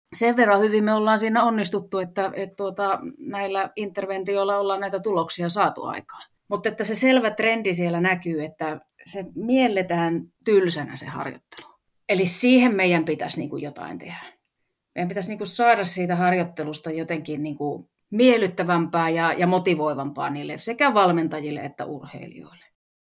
sen verran hyvin me ollaan siinä onnistuttu, että näillä interventioilla ollaan näitä tuloksia saatu aikaan. Mutta että se selvä trendi siellä näkyy, että se mielletään tylsänä se harjoittelu. Eli siihen meidän pitäisi niin kuin jotain tehdä. Meidän pitäisi niin kuin saada siitä harjoittelusta jotenkin niin kuin miellyttävämpää ja motivoivampaa niille sekä valmentajille että urheilijoille.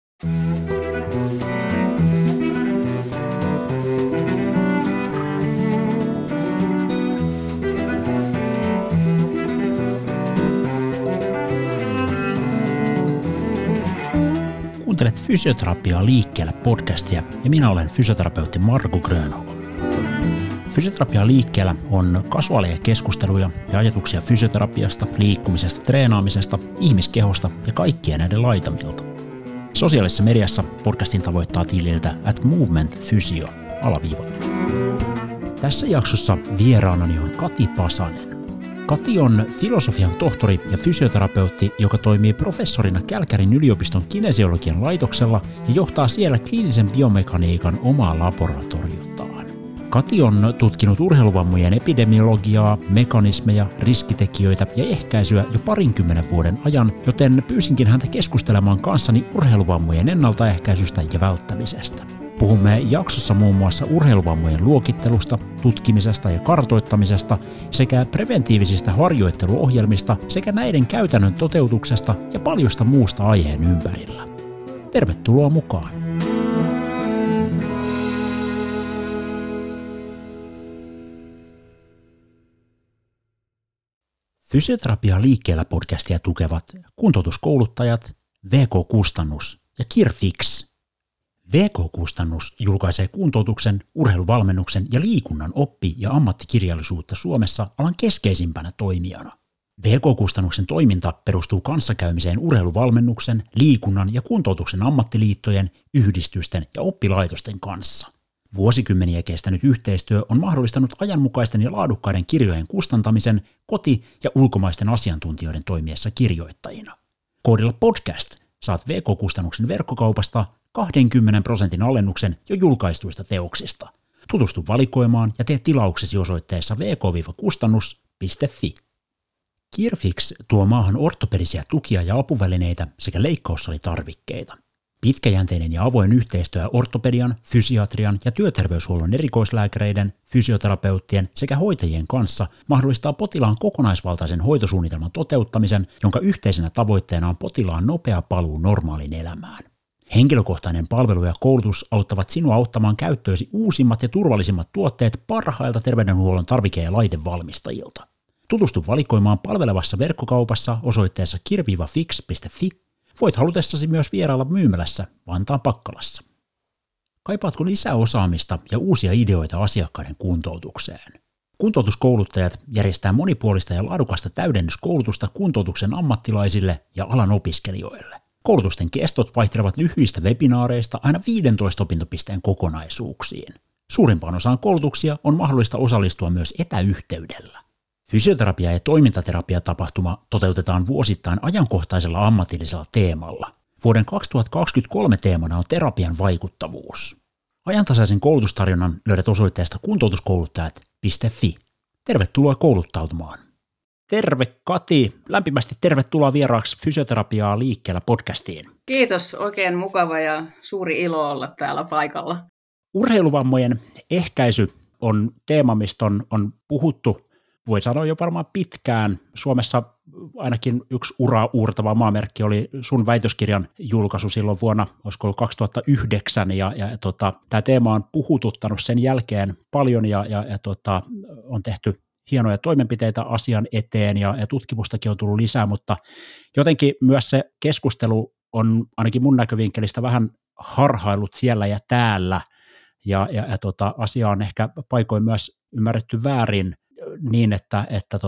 Kuuntelet Fysioterapiaa liikkeellä podcastia ja minä olen fysioterapeutti Marko Grönholm. Fysioterapiaa liikkeellä on kasuaaleja keskusteluja ja ajatuksia fysioterapiasta, liikkumisesta, treenaamisesta, ihmiskehosta ja kaikkien näiden laitamilta. Sosiaalisessa mediassa podcastin tavoittaa tililtä @movementphysio_. Tässä jaksossa vieraanani on Kati Pasanen. Kati on filosofian tohtori ja fysioterapeutti, joka toimii professorina Kälkärin yliopiston kinesiologian laitoksella ja johtaa siellä kliinisen biomekaniikan omaa laboratoriotaan. Kati on tutkinut urheiluvammojen epidemiologiaa, mekanismeja, riskitekijöitä ja ehkäisyä jo 20 vuoden ajan, joten pyysinkin häntä keskustelemaan kanssani urheiluvammojen ennaltaehkäisystä ja välttämisestä. Puhumme jaksossa muun muassa urheiluvammojen luokittelusta, tutkimisesta ja kartoittamisesta sekä preventiivisistä harjoitteluohjelmista sekä näiden käytännön toteutuksesta ja paljosta muusta aiheen ympärillä. Tervetuloa mukaan! Fysioterapiaa liikkeellä podcastia tukevat kuntoutuskouluttajat, VK-kustannus ja Kirfix. VK-kustannus julkaisee kuntoutuksen, urheiluvalmennuksen ja liikunnan oppi- ja ammattikirjallisuutta Suomessa alan keskeisimpänä toimijana. VK-kustannuksen toiminta perustuu kanssakäymiseen urheiluvalmennuksen, liikunnan ja kuntoutuksen ammattiliittojen, yhdistysten ja oppilaitosten kanssa. Vuosikymmeniä kestänyt yhteistyö on mahdollistanut ajanmukaisten ja laadukkaiden kirjojen kustantamisen koti- ja ulkomaisten asiantuntijoiden toimiessa kirjoittajina. Koodilla podcast saat VK-kustannuksen verkkokaupasta 20% alennuksen jo julkaistuista teoksista. Tutustu valikoimaan ja tee tilauksesi osoitteessa vk-kustannus.fi. Kirfix tuo maahan ortopedisiä tukia ja apuvälineitä sekä leikkaussalitarvikkeita. Pitkäjänteinen ja avoin yhteistyö ortopedian, fysiatrian ja työterveyshuollon erikoislääkäreiden, fysioterapeuttien sekä hoitajien kanssa mahdollistaa potilaan kokonaisvaltaisen hoitosuunnitelman toteuttamisen, jonka yhteisenä tavoitteena on potilaan nopea paluu normaaliin elämään. Henkilökohtainen palvelu ja koulutus auttavat sinua ottamaan käyttöösi uusimmat ja turvallisimmat tuotteet parhailta terveydenhuollon tarvike- ja laitevalmistajilta. Tutustu valikoimaan palvelevassa verkkokaupassa osoitteessa kir-fix.fi. Voit halutessasi myös vierailla myymälässä Vantaan Pakkalassa. Kaipaatko lisää osaamista ja uusia ideoita asiakkaiden kuntoutukseen? Kuntoutuskouluttajat järjestää monipuolista ja laadukasta täydennyskoulutusta kuntoutuksen ammattilaisille ja alan opiskelijoille. Koulutusten kestot vaihtelevat lyhyistä webinaareista aina 15 opintopisteen kokonaisuuksiin. Suurimpaan osaan koulutuksia on mahdollista osallistua myös etäyhteydellä. Fysioterapia- ja toimintaterapia-tapahtuma toteutetaan vuosittain ajankohtaisella ammatillisella teemalla. Vuoden 2023 teemana on terapian vaikuttavuus. Ajantasaisen koulutustarjonnan löydät osoitteesta kuntoutuskouluttajat.fi. Tervetuloa kouluttautumaan. Terve Kati, lämpimästi tervetuloa vieraaksi Fysioterapiaa liikkeellä podcastiin. Kiitos, oikein mukava ja suuri ilo olla täällä paikalla. Urheiluvammojen ehkäisy on teema, mistä on puhuttu, voi sanoa jo varmaan pitkään. Suomessa ainakin yksi uraa uurtava maamerkki oli sun väitöskirjan julkaisu silloin vuonna, olisiko ollut 2009, tämä teema on puhututtanut sen jälkeen paljon ja on tehty hienoja toimenpiteitä asian eteen ja tutkimustakin on tullut lisää, mutta jotenkin myös se keskustelu on ainakin mun näkövinkkelistä vähän harhaillut siellä ja täällä ja asia on ehkä paikoin myös ymmärretty väärin niin, että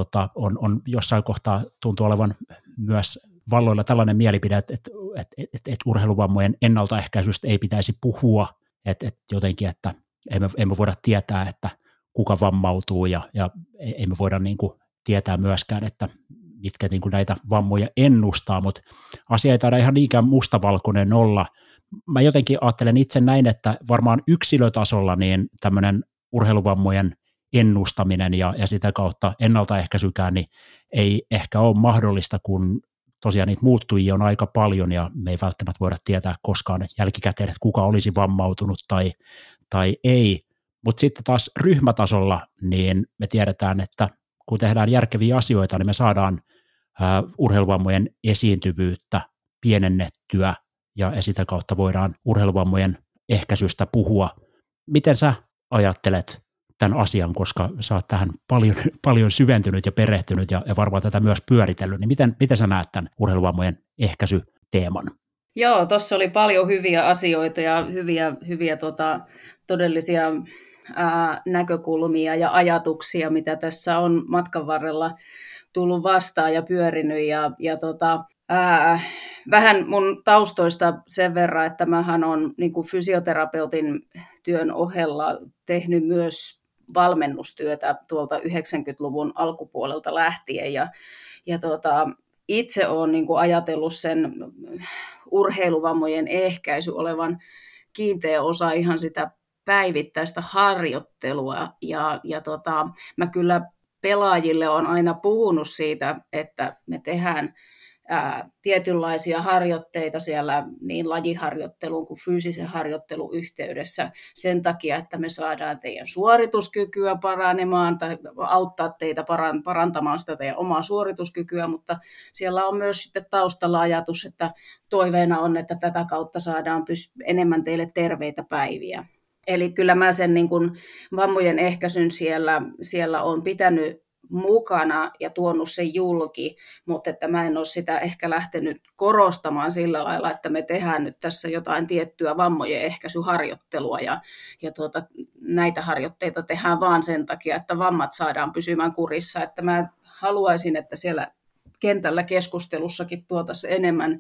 on jossain kohtaa tuntuu olevan myös valloilla tällainen mielipide, että urheiluvammojen ennaltaehkäisystä ei pitäisi puhua, että jotenkin, että emme voida tietää, että kuka vammautuu ja emme voida niin kuin tietää myöskään, että mitkä niin kuin näitä vammoja ennustaa, mutta asia ei taida ihan niinkään mustavalkoinen olla. Mä jotenkin ajattelen itse näin, että varmaan yksilötasolla niin tämmöinen urheiluvammojen ennustaminen ja sitä kautta ennaltaehkäisykään niin ei ehkä ole mahdollista, kun tosiaan niitä muuttujia on aika paljon ja me ei välttämättä voida tietää koskaan jälkikäteen, että kuka olisi vammautunut tai ei. Mutta sitten taas ryhmätasolla niin me tiedetään, että kun tehdään järkeviä asioita, niin me saadaan urheiluvammojen esiintyvyyttä pienennettyä ja sitä kautta voidaan urheiluvammojen ehkäisystä puhua. Miten sä ajattelet tämän asian, koska sä oot tähän paljon syventynyt ja perehtynyt ja varmaan tätä myös pyöritellyt, niin miten sä näet tämän urheiluvammojen ehkäisyteeman? Joo, tuossa oli paljon hyviä asioita ja hyviä todellisia näkökulmia ja ajatuksia, mitä tässä on matkan varrella tullut vastaan ja pyörinyt. Vähän mun taustoista sen verran, että mähän on niin kuin fysioterapeutin työn ohella tehnyt myös valmennustyötä tuolta 90-luvun alkupuolelta lähtien. Itse olen niin kuin ajatellut sen urheiluvammojen ehkäisy olevan kiinteä osa ihan sitä päivittäistä harjoittelua. Mä kyllä pelaajille olen aina puhunut siitä, että me tehdään tietynlaisia harjoitteita siellä niin lajiharjoittelun kuin fyysisen harjoittelun yhteydessä sen takia, että me saadaan teidän suorituskykyä paranemaan tai auttaa teitä parantamaan sitä teidän omaa suorituskykyä, mutta siellä on myös sitten taustalla ajatus, että toiveena on, että tätä kautta saadaan enemmän teille terveitä päiviä. Eli kyllä mä sen niin kuin vammojen ehkäisyn siellä on pitänyt mukana ja tuonut sen julki, mutta että mä en ole sitä ehkä lähtenyt korostamaan sillä lailla, että me tehdään nyt tässä jotain tiettyä vammojen ehkäisyharjoittelua ja näitä harjoitteita tehdään vaan sen takia, että vammat saadaan pysymään kurissa, että mä haluaisin, että siellä kentällä keskustelussakin tuotaisiin enemmän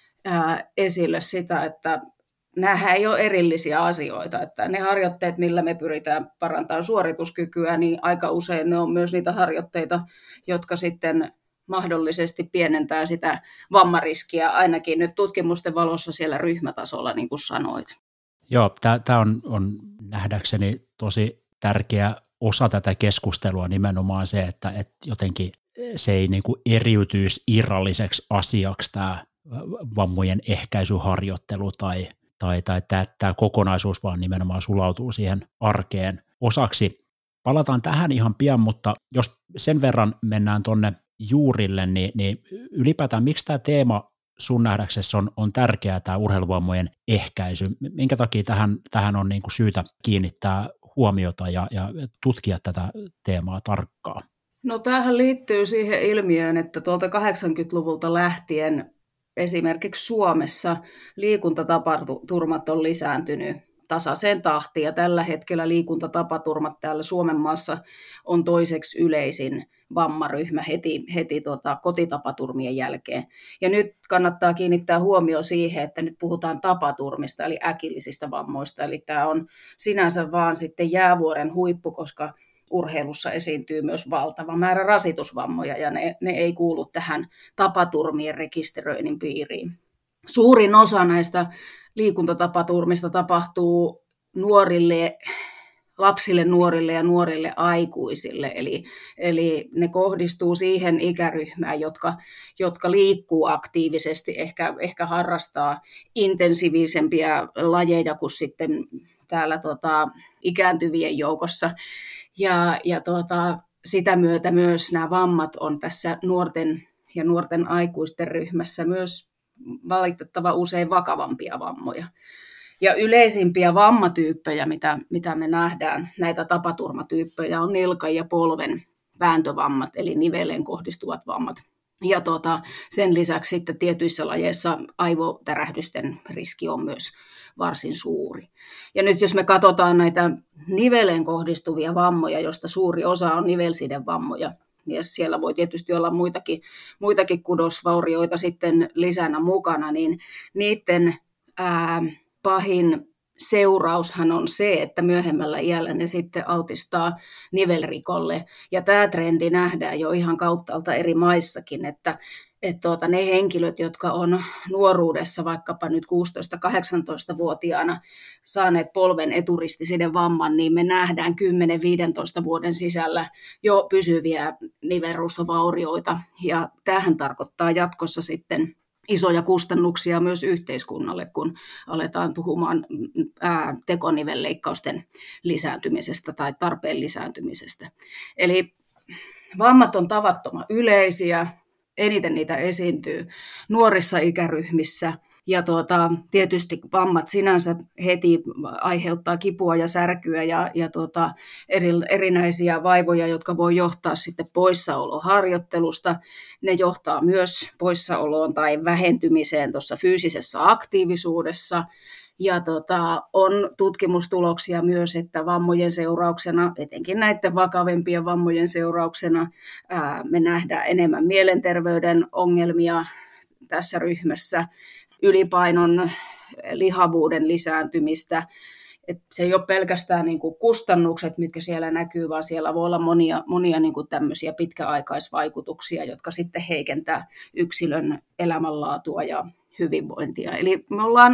esille sitä, että nämähän ei ole erillisiä asioita, että ne harjoitteet, millä me pyritään parantamaan suorituskykyä, niin aika usein ne on myös niitä harjoitteita, jotka sitten mahdollisesti pienentää sitä vammariskiä, ainakin nyt tutkimusten valossa siellä ryhmätasolla, niin kuin sanoit. Joo, tämä on nähdäkseni tosi tärkeä osa tätä keskustelua nimenomaan se, että jotenkin se ei niin kuin eriytyisi irralliseksi asiaksi tämä vammojen ehkäisyharjoittelu tai tämä kokonaisuus vaan nimenomaan sulautuu siihen arkeen osaksi. Palataan tähän ihan pian, mutta jos sen verran mennään tuonne juurille, niin ylipäätään miksi tämä teema sun nähdäksesi on tärkeää, tämä urheiluvammojen ehkäisy? Minkä takia tähän on niin kuin syytä kiinnittää huomiota ja tutkia tätä teemaa tarkkaan? No tämähän liittyy siihen ilmiöön, että tuolta 80-luvulta lähtien esimerkiksi Suomessa liikuntatapaturmat on lisääntynyt tasaiseen tahtiin ja tällä hetkellä liikuntatapaturmat täällä Suomen maassa on toiseksi yleisin vammaryhmä heti kotitapaturmien jälkeen. Ja nyt kannattaa kiinnittää huomio siihen, että nyt puhutaan tapaturmista eli äkillisistä vammoista, eli tämä on sinänsä vaan sitten jäävuoren huippu, koska urheilussa esiintyy myös valtava määrä rasitusvammoja ja ne ei kuulu tähän tapaturmien rekisteröinnin piiriin. Suurin osa näistä liikuntatapaturmista tapahtuu lapsille, nuorille ja nuorille aikuisille, eli ne kohdistuu siihen ikäryhmään, jotka liikkuu aktiivisesti, ehkä harrastaa intensiivisempiä lajeja kuin sitten täällä ikääntyvien joukossa. Ja sitä myötä myös nämä vammat on tässä nuorten aikuisten ryhmässä myös valitettavan usein vakavampia vammoja. Ja yleisimpiä vammatyyppejä, mitä me nähdään, näitä tapaturmatyyppejä, on nilkan ja polven vääntövammat, eli niveleen kohdistuvat vammat. Ja sen lisäksi sitten tietyissä lajeissa aivotärähdysten riski on myös varsin suuri. Ja nyt jos me katsotaan näitä niveleen kohdistuvia vammoja, joista suuri osa on nivelsidevammoja, ja siellä voi tietysti olla muitakin kudosvaurioita sitten lisänä mukana, niin niiden pahin seuraushan on se, että myöhemmällä iällä ne sitten altistaa nivelrikolle. Ja tämä trendi nähdään jo ihan kauttaalta eri maissakin, että ne henkilöt, jotka on nuoruudessa vaikkapa nyt 16-18-vuotiaana saaneet polven eturistisiden vamman, niin me nähdään 10-15 vuoden sisällä jo pysyviä nivelruustovaurioita. Ja tämähän tarkoittaa jatkossa sitten isoja kustannuksia myös yhteiskunnalle, kun aletaan puhumaan tekonivelleikkausten lisääntymisestä tai tarpeen lisääntymisestä. Eli vammat on tavattoman yleisiä, eniten niitä esiintyy nuorissa ikäryhmissä, ja tietysti vammat sinänsä heti aiheuttaa kipua ja särkyä ja erinäisiä vaivoja, jotka voi johtaa sitten poissaoloharjoittelusta. Ne johtaa myös poissaoloon tai vähentymiseen tuossa fyysisessä aktiivisuudessa. Ja on tutkimustuloksia myös, että vammojen seurauksena, etenkin näiden vakavimpien vammojen seurauksena, me nähdään enemmän mielenterveyden ongelmia tässä ryhmässä, ylipainon, lihavuuden lisääntymistä. Et se ei ole pelkästään niin kuin kustannukset, mitkä siellä näkyy, vaan siellä voi olla monia niin kuin tämmöisiä pitkäaikaisvaikutuksia, jotka sitten heikentää yksilön elämänlaatua ja hyvinvointia. Eli me ollaan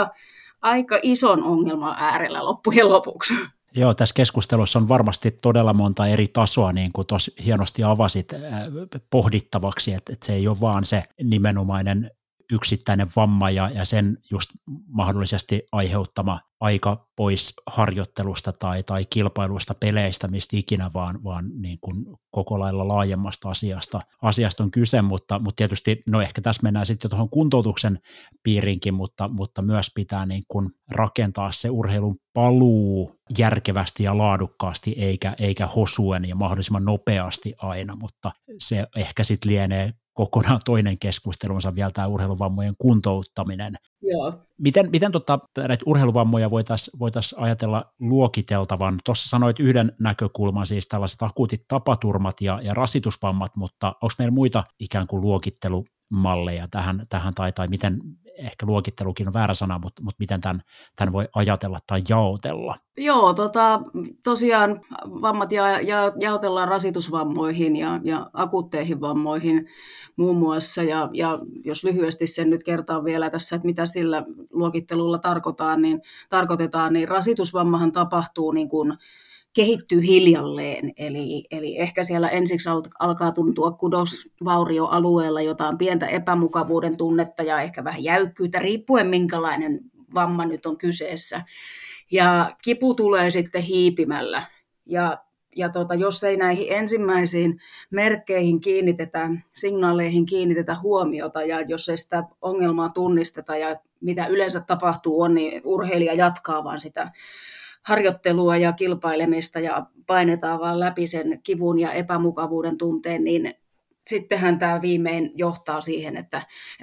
aika ison ongelman äärellä loppujen lopuksi. Joo, tässä keskustelussa on varmasti todella monta eri tasoa, niin kuin tuossa hienosti avasit pohdittavaksi, että se ei ole vaan se nimenomainen yksittäinen vamma ja sen just mahdollisesti aiheuttama aika pois harjoittelusta tai kilpailusta, peleistä, mistä ikinä, vaan niin kuin koko lailla laajemmasta asiasta on kyse, mutta tietysti, no ehkä tässä mennään sitten jo tuohon kuntoutuksen piiriinkin, mutta myös pitää niin kuin rakentaa se urheilun paluu järkevästi ja laadukkaasti, eikä hosuen ja mahdollisimman nopeasti aina, mutta se ehkä sitten lienee kokonaan toinen keskustelunsa vielä tämä urheiluvammojen kuntouttaminen. Joo. Miten näitä urheiluvammoja voitaisiin ajatella luokiteltavan? Tuossa sanoit yhden näkökulman, siis tällaiset akuutit tapaturmat ja rasitusvammat, mutta onko meillä muita ikään kuin luokittelumalleja tähän tai miten, ehkä luokittelukin on väärä sana, mutta miten tämän voi ajatella tai jaotella? Joo, tosiaan vammat jaotellaan rasitusvammoihin ja akuutteihin vammoihin muun muassa, ja jos lyhyesti sen nyt kertaan vielä tässä, että mitä sillä luokittelulla tarkoitetaan, niin rasitusvammahan tapahtuu niin kuin kehittyy hiljalleen, eli ehkä siellä ensiksi alkaa tuntua kudosvaurioalueella jotain pientä epämukavuuden tunnetta ja ehkä vähän jäykkyyttä, riippuen minkälainen vamma nyt on kyseessä. Ja kipu tulee sitten hiipimällä, ja jos ei näihin ensimmäisiin merkkeihin signaaleihin kiinnitetä huomiota, ja jos ei sitä ongelmaa tunnisteta, ja mitä yleensä tapahtuu on, niin urheilija jatkaa vaan sitä harjoittelua ja kilpailemista ja painetaan vaan läpi sen kivun ja epämukavuuden tunteen, niin sittenhän tämä viimein johtaa siihen, että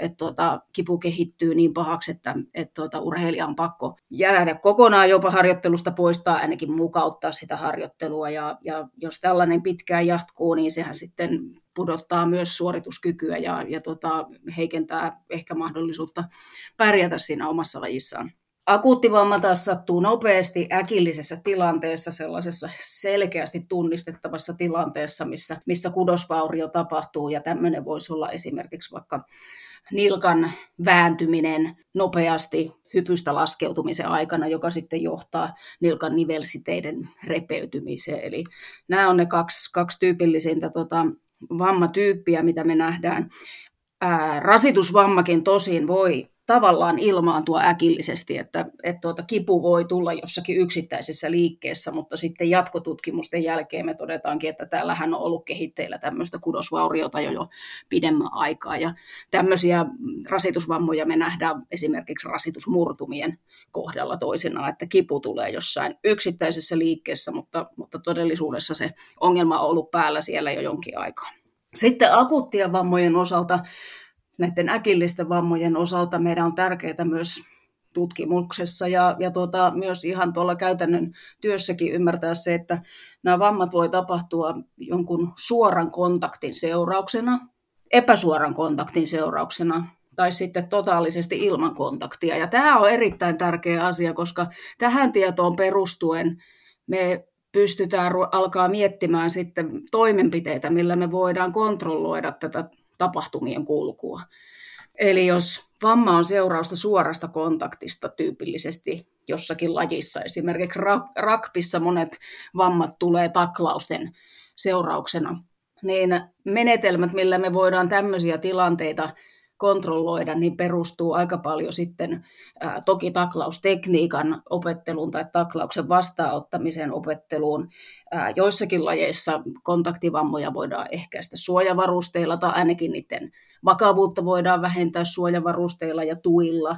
kipu kehittyy niin pahaksi, että urheilija on pakko jäädä kokonaan jopa harjoittelusta pois tai ainakin mukauttaa sitä harjoittelua. Ja jos tällainen pitkään jatkuu, niin sehän sitten pudottaa myös suorituskykyä ja heikentää ehkä mahdollisuutta pärjätä siinä omassa lajissaan. Akuuttivamma taas sattuu nopeasti äkillisessä tilanteessa, sellaisessa selkeästi tunnistettavassa tilanteessa, missä kudosvaurio tapahtuu, ja tämmöinen voisi olla esimerkiksi vaikka nilkan vääntyminen nopeasti hypystä laskeutumisen aikana, joka sitten johtaa nilkan nivelsiteiden repeytymiseen. Eli nämä on ne kaksi tyypillisintä vammatyyppiä, mitä me nähdään. Rasitusvammakin tosin voi tavallaan ilmaantua äkillisesti, että kipu voi tulla jossakin yksittäisessä liikkeessä, mutta sitten jatkotutkimusten jälkeen me todetaankin, että täällähän on ollut kehitteillä tämmöistä kudosvauriota jo pidemmän aikaa. Ja tämmöisiä rasitusvammoja me nähdään esimerkiksi rasitusmurtumien kohdalla toisinaan, että kipu tulee jossain yksittäisessä liikkeessä, mutta todellisuudessa se ongelma on ollut päällä siellä jo jonkin aikaa. Sitten akuuttien vammojen osalta, näiden äkillisten vammojen osalta meidän on tärkeää myös tutkimuksessa ja myös ihan tuolla käytännön työssäkin ymmärtää se, että nämä vammat voi tapahtua jonkun suoran kontaktin seurauksena, epäsuoran kontaktin seurauksena tai sitten totaalisesti ilman kontaktia. Ja tämä on erittäin tärkeä asia, koska tähän tietoon perustuen me pystytään alkaa miettimään sitten toimenpiteitä, millä me voidaan kontrolloida tätä tapahtumien kulkua. Eli jos vamma on seurausta suorasta kontaktista tyypillisesti jossakin lajissa, esimerkiksi rugbyssa monet vammat tulee taklausten seurauksena, niin menetelmät, millä me voidaan tämmöisiä tilanteita kontrolloida, niin perustuu aika paljon sitten toki taklaustekniikan opetteluun tai taklauksen vastaanottamisen opetteluun. Joissakin lajeissa kontaktivammoja voidaan ehkäistä suojavarusteilla tai ainakin niiden vakavuutta voidaan vähentää suojavarusteilla ja tuilla.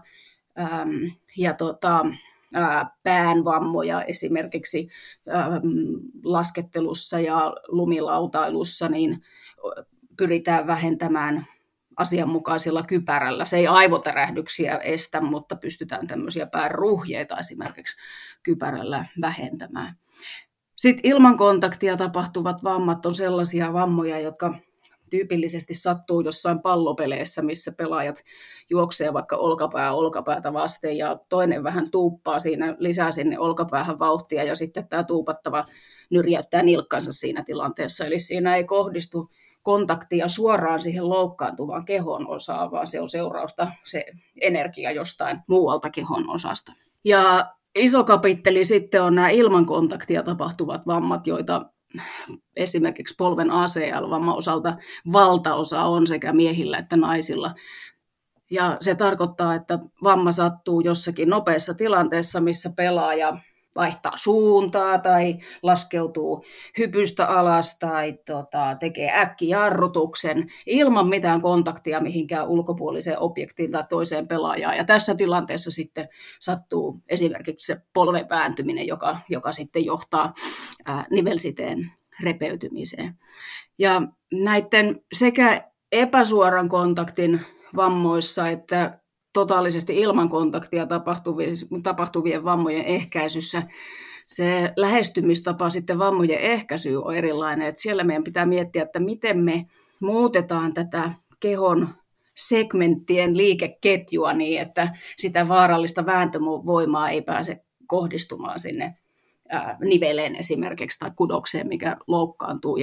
Päänvammoja esimerkiksi laskettelussa ja lumilautailussa niin pyritään vähentämään asianmukaisella kypärällä. Se ei aivotärähdyksiä estä, mutta pystytään tämmöisiä päänruhjeita esimerkiksi kypärällä vähentämään. Sitten ilman kontaktia tapahtuvat vammat on sellaisia vammoja, jotka tyypillisesti sattuu jossain pallopeleissä, missä pelaajat juoksee vaikka olkapäätä vasten ja toinen vähän tuuppaa siinä, lisää sinne olkapäähän vauhtia ja sitten tämä tuupattava nyrjäyttää nilkkansa siinä tilanteessa. Eli siinä ei kohdistu kontaktia suoraan siihen loukkaantuvaan kehon osaan, vaan se on seurausta se energia jostain muualta kehon osasta. Ja iso kapitteli sitten on nämä ilman kontaktia tapahtuvat vammat, joita esimerkiksi polven ACL-vamman osalta valtaosa on sekä miehillä että naisilla. Ja se tarkoittaa, että vamma sattuu jossakin nopeassa tilanteessa, missä pelaaja vaihtaa suuntaa tai laskeutuu hypystä alas tai tekee äkkijarrutuksen ilman mitään kontaktia mihinkään ulkopuoliseen objektiin tai toiseen pelaajaan. Ja tässä tilanteessa sitten sattuu esimerkiksi se polven vääntyminen, joka sitten johtaa nivelsiteen repeytymiseen. Ja näiden sekä epäsuoran kontaktin vammoissa että totaalisesti ilman kontaktia tapahtuvien vammojen ehkäisyssä se lähestymistapa sitten vammojen ehkäisyyn on erilainen. Että siellä meidän pitää miettiä, että miten me muutetaan tätä kehon segmenttien liikeketjua niin, että sitä vaarallista vääntövoimaa ei pääse kohdistumaan sinne niveleen esimerkiksi tai kudokseen, mikä loukkaantuu.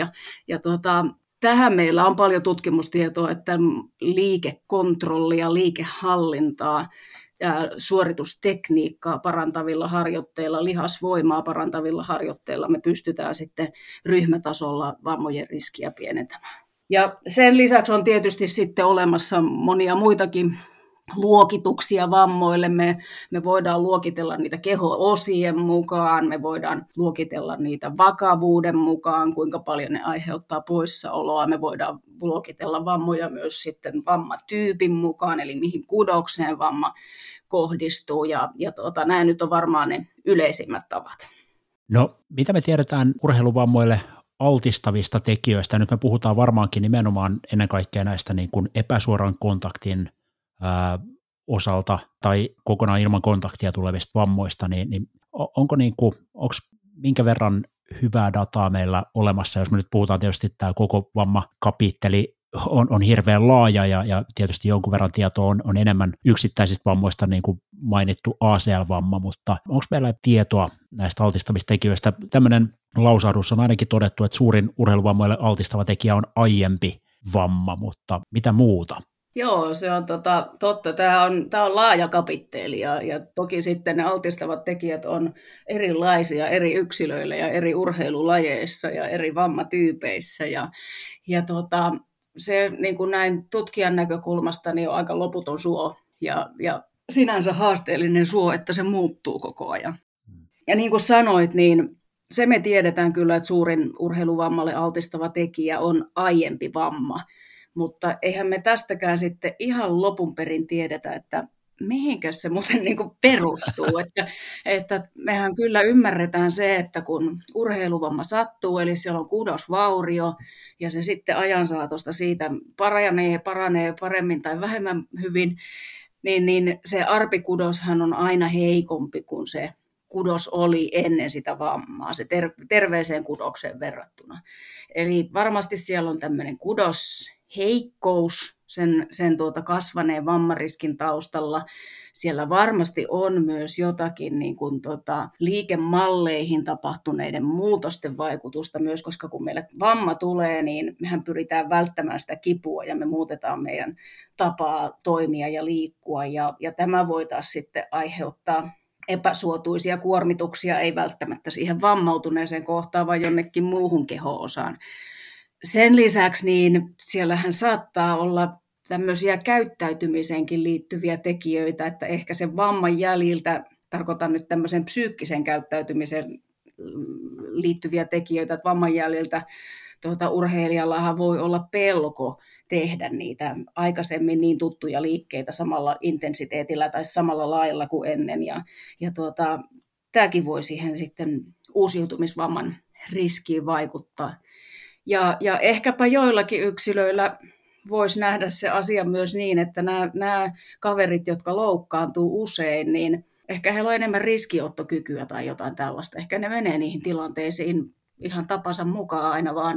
Tähän meillä on paljon tutkimustietoa, että liikekontrollia, liikehallintaa, suoritustekniikkaa parantavilla harjoitteilla, lihasvoimaa parantavilla harjoitteilla me pystytään sitten ryhmätasolla vammojen riskiä pienentämään. Ja sen lisäksi on tietysti sitten olemassa monia muitakin luokituksia vammoille. Me voidaan luokitella niitä keho-osien mukaan, me voidaan luokitella niitä vakavuuden mukaan, kuinka paljon ne aiheuttaa poissaoloa. Me voidaan luokitella vammoja myös sitten vammatyypin mukaan, eli mihin kudokseen vamma kohdistuu. Nämä nyt on varmaan ne yleisimmät tavat. No, mitä me tiedetään urheiluvammoille altistavista tekijöistä? Nyt me puhutaan varmaankin nimenomaan ennen kaikkea näistä niin kuin epäsuoran kontaktin osalta tai kokonaan ilman kontaktia tulevista vammoista, niin onko minkä verran hyvää dataa meillä olemassa, jos me nyt puhutaan tietysti tämä koko vammakapitteli on hirveän laaja ja tietysti jonkun verran tietoa on enemmän yksittäisistä vammoista, niin kuin mainittu ACL-vamma, mutta onko meillä tietoa näistä altistamistekijöistä? Tämmöinen lausahdus on ainakin todettu, että suurin urheiluvammoille altistava tekijä on aiempi vamma, mutta mitä muuta? Joo, se on totta. Tämä on laaja kapitteli ja toki sitten ne altistavat tekijät on erilaisia eri yksilöillä ja eri urheilulajeissa ja eri vammatyypeissä. Se niin kuin näin tutkijan näkökulmasta niin on aika loputon suo ja sinänsä haasteellinen suo, että se muuttuu koko ajan. Ja niin kuin sanoit, niin se me tiedetään kyllä, että suurin urheiluvammalle altistava tekijä on aiempi vamma. Mutta eihän me tästäkään sitten ihan lopun perin tiedetä, että mihinkä se muuten niin kuin perustuu. Että mehän kyllä ymmärretään se, että kun urheiluvamma sattuu, eli siellä on kudosvaurio, ja se sitten ajan saatosta siitä paranee paremmin tai vähemmän hyvin, niin se arpikudoshan on aina heikompi kuin se kudos oli ennen sitä vammaa, se terveeseen kudokseen verrattuna. Eli varmasti siellä on tämmöinen kudos- heikkous sen kasvaneen vammariskin taustalla. Siellä varmasti on myös jotakin niin kuin liikemalleihin tapahtuneiden muutosten vaikutusta myös, koska kun meille vamma tulee, niin mehän pyritään välttämään sitä kipua ja me muutetaan meidän tapaa toimia ja liikkua. Ja tämä voi taas sitten aiheuttaa epäsuotuisia kuormituksia, ei välttämättä siihen vammautuneeseen kohtaan, vaan jonnekin muuhun keho-osaan. Sen lisäksi niin siellähän saattaa olla tämmöisiä käyttäytymiseenkin liittyviä tekijöitä, että ehkä sen vamman jäljiltä, tarkoitan nyt tämmöisen psyykkisen käyttäytymiseen liittyviä tekijöitä, että vamman jäljiltä urheilijallahan voi olla pelko tehdä niitä aikaisemmin niin tuttuja liikkeitä samalla intensiteetillä tai samalla lailla kuin ennen. Tämäkin voi siihen sitten uusiutumisvamman riskiin vaikuttaa. Ja ehkäpä joillakin yksilöillä voisi nähdä se asia myös niin, että nämä kaverit, jotka loukkaantuu usein, niin ehkä heillä on enemmän riskiottokykyä tai jotain tällaista. Ehkä ne menee niihin tilanteisiin ihan tapansa mukaan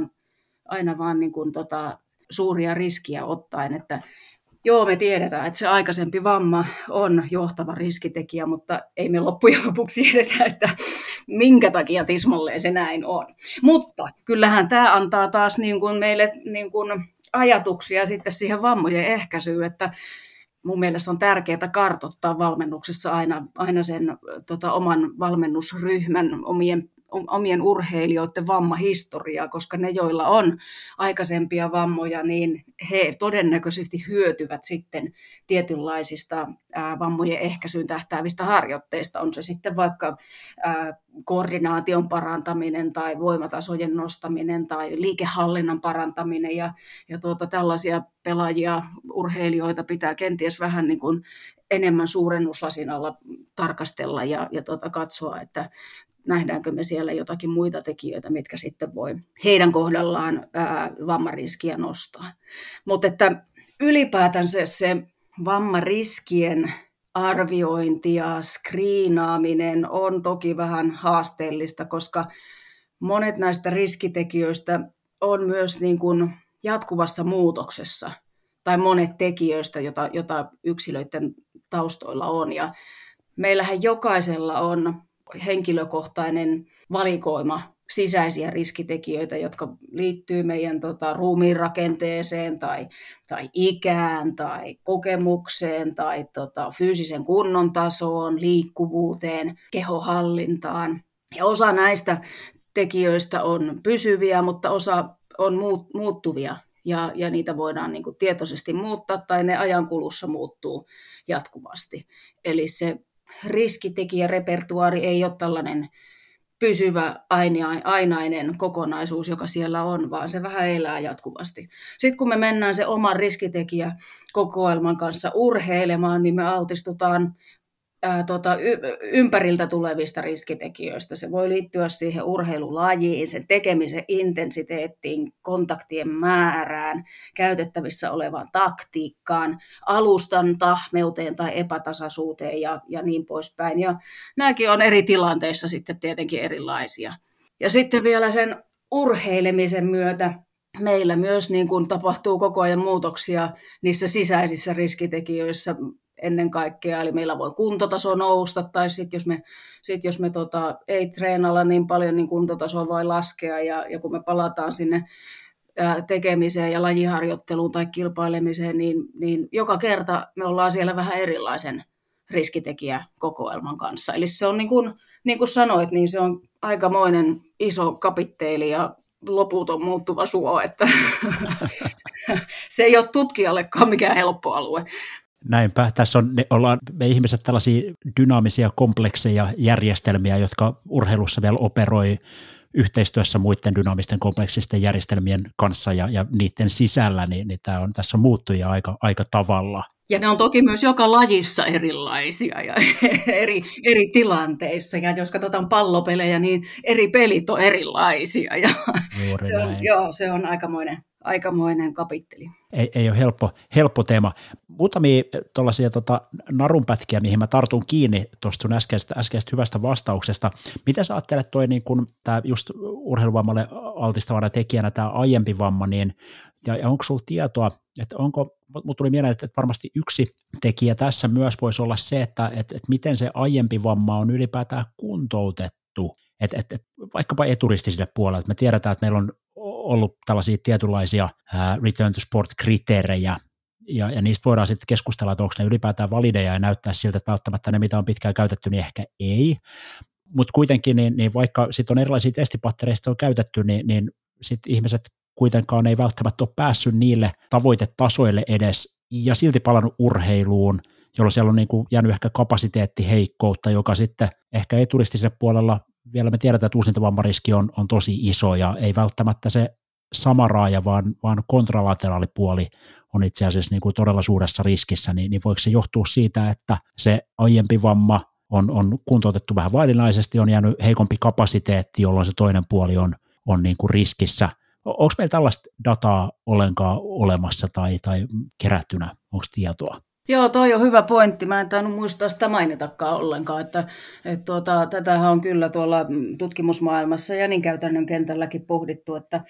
aina vaan niin kuin suuria riskiä ottaen, että joo, me tiedetään, että se aikaisempi vamma on johtava riskitekijä, mutta ei me loppujen lopuksi tiedetä, että minkä takia tismalleen se näin on. Mutta kyllähän tämä antaa taas niin kuin meille niin kuin ajatuksia sitten siihen vammojen ehkäisyyn, että mun mielestä on tärkeää kartoittaa valmennuksessa aina sen oman valmennusryhmän omien urheilijoiden vammahistoriaa, koska ne, joilla on aikaisempia vammoja, niin he todennäköisesti hyötyvät sitten tietynlaisista vammojen ehkäisyyn tähtäävistä harjoitteista. On se sitten vaikka koordinaation parantaminen tai voimatasojen nostaminen tai liikehallinnan parantaminen ja tällaisia pelaajia, urheilijoita pitää kenties vähän niin kuin enemmän suurennuslasin alla tarkastella ja katsoa, että nähdäänkö me siellä jotakin muita tekijöitä, mitkä sitten voi heidän kohdallaan vammariskiä nostaa. Mutta että ylipäätään se vammariskien arviointi ja skriinaaminen on toki vähän haasteellista, koska monet näistä riskitekijöistä on myös niin kuin jatkuvassa muutoksessa, tai monet tekijöistä, jota yksilöiden taustoilla on. Ja meillähän jokaisella on henkilökohtainen valikoima sisäisiä riskitekijöitä, jotka liittyy meidän ruumiin rakenteeseen tai ikään tai kokemukseen tai fyysisen kunnon tasoon, liikkuvuuteen, kehohallintaan. Ja osa näistä tekijöistä on pysyviä, mutta osa on muuttuvia ja niitä voidaan niin kuin tietoisesti muuttaa tai ne ajankulussa muuttuu jatkuvasti. Eli se riskitekijärepertuaari ei ole tällainen pysyvä ainainen kokonaisuus, joka siellä on, vaan se vähän elää jatkuvasti. Sitten kun me mennään se oman riskitekijäkokoelman kanssa urheilemaan, niin me altistutaan ympäriltä tulevista riskitekijöistä. Se voi liittyä siihen urheilulajiin, sen tekemisen intensiteettiin, kontaktien määrään, käytettävissä olevaan taktiikkaan, alustan tahmeuteen tai epätasaisuuteen ja niin poispäin. Ja nämäkin on eri tilanteissa sitten tietenkin erilaisia. Ja sitten vielä sen urheilemisen myötä meillä myös niin kuin tapahtuu koko ajan muutoksia niissä sisäisissä riskitekijöissä ennen kaikkea, eli meillä voi kuntotaso nousta, tai sitten jos me ei treenalla niin paljon, niin kuntotaso voi laskea, ja kun me palataan sinne tekemiseen ja lajiharjoitteluun tai kilpailemiseen, niin joka kerta me ollaan siellä vähän erilaisen riskitekijäkokoelman kanssa. Eli se on niin kuin sanoit, niin se on aikamoinen iso kapitteeli ja loputon muuttuva suo, että se ei ole tutkijallekaan mikään helppo alue. Näinpä. Tässä ollaan me ihmiset tällaisia dynaamisia komplekseja järjestelmiä, jotka urheilussa vielä operoi yhteistyössä muiden dynaamisten kompleksisten järjestelmien kanssa ja niiden sisällä, niin tässä on muuttuja aika tavalla. Ja ne on toki myös joka lajissa erilaisia ja eri tilanteissa. Ja jos katsotaan pallopelejä, niin eri pelit on erilaisia. Ja se on aikamoinen kapitteli. Ei ole helppo teema. Muutamia tuollaisia narunpätkiä, mihin mä tartun kiinni tuosta sun äskeisestä hyvästä vastauksesta. Mitä sä ajattelet tämä just urheiluvammalle altistavana tekijänä tämä aiempi vamma, niin Ja onko sinulla tietoa, että minulle tuli mieleen, että varmasti yksi tekijä tässä myös voisi olla se, että miten se aiempi vamma on ylipäätään kuntoutettu, että vaikkapa eturistisille puolelle, että me tiedetään, että meillä on ollut tällaisia tietynlaisia return to sport-kriteerejä, ja niistä voidaan sitten keskustella, että onko ne ylipäätään valideja ja näyttää siltä, että välttämättä ne, mitä on pitkään käytetty, niin ehkä ei. Mutta kuitenkin, niin vaikka sitten on erilaisia testipattereista on käytetty, niin sitten ihmiset kuitenkaan ei välttämättä ole päässyt niille tavoitetasoille edes ja silti palannut urheiluun, jolloin siellä on niin kuin jäänyt ehkä kapasiteettiheikkoutta, joka sitten ehkä eturistiselle puolella vielä me tiedetään, että uusintavammariski on tosi iso ja ei välttämättä se sama raaja, vaan kontralateraalipuoli on itse asiassa niin kuin todella suuressa riskissä, niin voiko se johtua siitä, että se aiempi vamma on kuntoutettu vähän vaillinaisesti, on jäänyt heikompi kapasiteetti, jolloin se toinen puoli on niin kuin riskissä. Onko meillä tällaista dataa ollenkaan olemassa tai kerättynä? Onko tietoa? Joo, toi on hyvä pointti. Mä en tainnut muistaa sitä mainitakaan ollenkaan, että tätähän on kyllä tuolla tutkimusmaailmassa ja niin käytännön kentälläkin pohdittu, että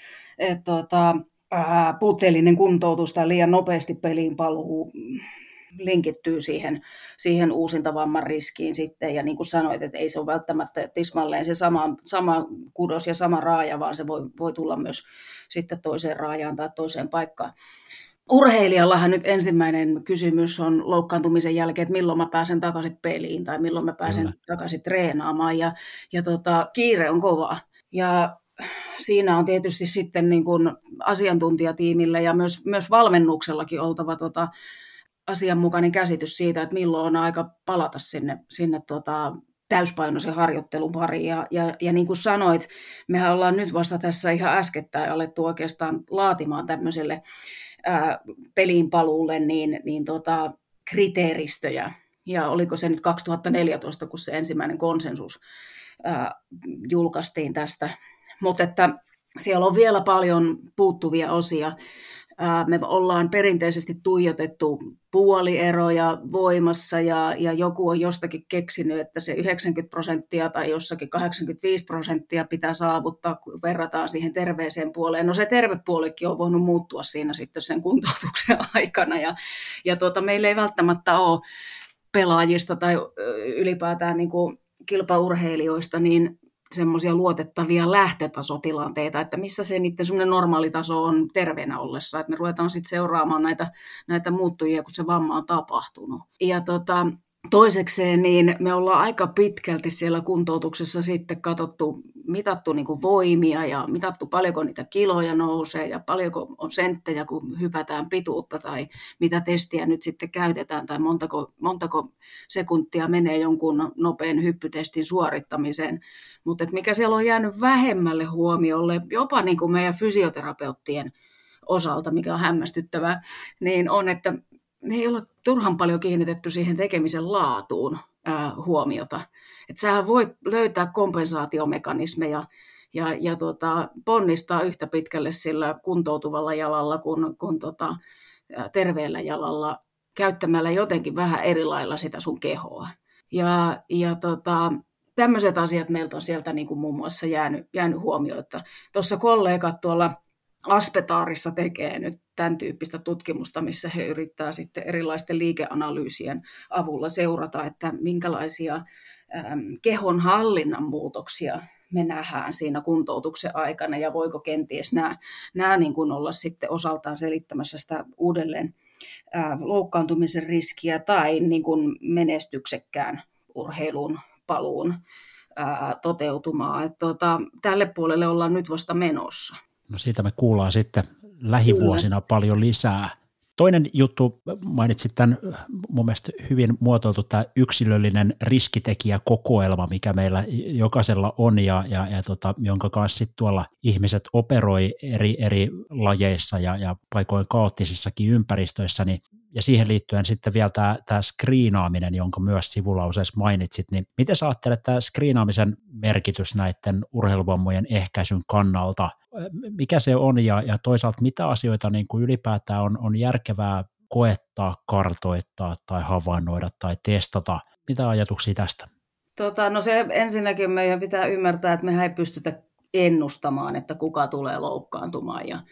puutteellinen kuntoutus tai liian nopeasti peliin paluu linkittyy siihen uusintavamman riskiin sitten, ja niin kuin sanoit, että ei se ole välttämättä tismalleen se sama kudos ja sama raaja, vaan se voi tulla myös sitten toiseen raajaan tai toiseen paikkaan. Urheilijallahan nyt ensimmäinen kysymys on loukkaantumisen jälkeen, että milloin mä pääsen takaisin peliin tai milloin mä pääsen takaisin treenaamaan, ja kiire on kova. Ja siinä on tietysti sitten niin kuin asiantuntijatiimillä ja myös valmennuksellakin oltava asianmukainen käsitys siitä, että milloin on aika palata sinne täyspainoisen harjoittelun pariin. Ja niin kuin sanoit, mehän ollaan nyt vasta tässä ihan äskettäin alettu oikeastaan laatimaan tämmöiselle peliin paluulle kriteeristöjä. Ja oliko se nyt 2014, kun se ensimmäinen konsensus julkaistiin tästä. Mutta että siellä on vielä paljon puuttuvia osia. Me ollaan perinteisesti tuijotettu puolieroja voimassa ja joku on jostakin keksinyt, että se 90% tai jossakin 85% pitää saavuttaa, kun verrataan siihen terveeseen puoleen. No se terve puolikin on voinut muuttua siinä sitten sen kuntoutuksen aikana ja meillä ei välttämättä ole pelaajista tai ylipäätään niin kuin kilpaurheilijoista niin semmoisia luotettavia lähtötasotilanteita, että missä se niiden semmoinen normaali taso on terveenä ollessa, että me ruvetaan sitten seuraamaan näitä muuttujia, kun se vamma on tapahtunut. Ja toisekseen niin me ollaan aika pitkälti siellä kuntoutuksessa sitten mitattu niin kuin voimia ja mitattu paljonko niitä kiloja nousee ja paljonko on senttejä, kun hypätään pituutta tai mitä testiä nyt sitten käytetään tai montako sekuntia menee jonkun nopean hyppytestin suorittamiseen. Mutta mikä siellä on jäänyt vähemmälle huomiolle, jopa niin kuin meidän fysioterapeuttien osalta, mikä on hämmästyttävää, niin on, että me ei olla turhan paljon kiinnitetty siihen tekemisen laatuun huomiota. Että sähän voit löytää kompensaatiomekanismeja ja ponnistaa yhtä pitkälle sillä kuntoutuvalla jalalla kuin terveellä jalalla käyttämällä jotenkin vähän eri lailla sitä sun kehoa. Ja tämmöiset asiat meiltä on sieltä niin kuin muun muassa jäänyt huomioon. Tuossa kollegat tuolla Aspetaarissa tekee nyt tämän tyyppistä tutkimusta, missä he yrittää sitten erilaisten liikeanalyysien avulla seurata, että minkälaisia kehon hallinnan muutoksia me nähdään siinä kuntoutuksen aikana ja voiko kenties nämä niin kuin olla sitten osaltaan selittämässä sitä uudelleen loukkaantumisen riskiä tai niin kuin menestyksekkään urheilun paluun toteutumaan. Tälle puolelle ollaan nyt vasta menossa. No siitä me kuullaan sitten lähivuosina paljon lisää. Toinen juttu, mainitsit tämän mun mielestä hyvin muotoiltu tämä yksilöllinen riskitekijäkokoelma, mikä meillä jokaisella on ja jonka kanssa sitten tuolla ihmiset operoi eri lajeissa ja paikoin kaoottisissakin ympäristöissä, ja siihen liittyen sitten vielä tämä screenaaminen, jonka myös sivulauseessa mainitsit, niin miten sä ajattelet tämä screenaamisen merkitys näiden urheiluvammojen ehkäisyn kannalta? Mikä se on ja toisaalta mitä asioita niin kuin ylipäätään on järkevää koettaa, kartoittaa tai havainnoida tai testata? Mitä ajatuksia tästä? No se ensinnäkin meidän pitää ymmärtää, että mehän ei pystytä ennustamaan, että kuka tulee loukkaantumaan ja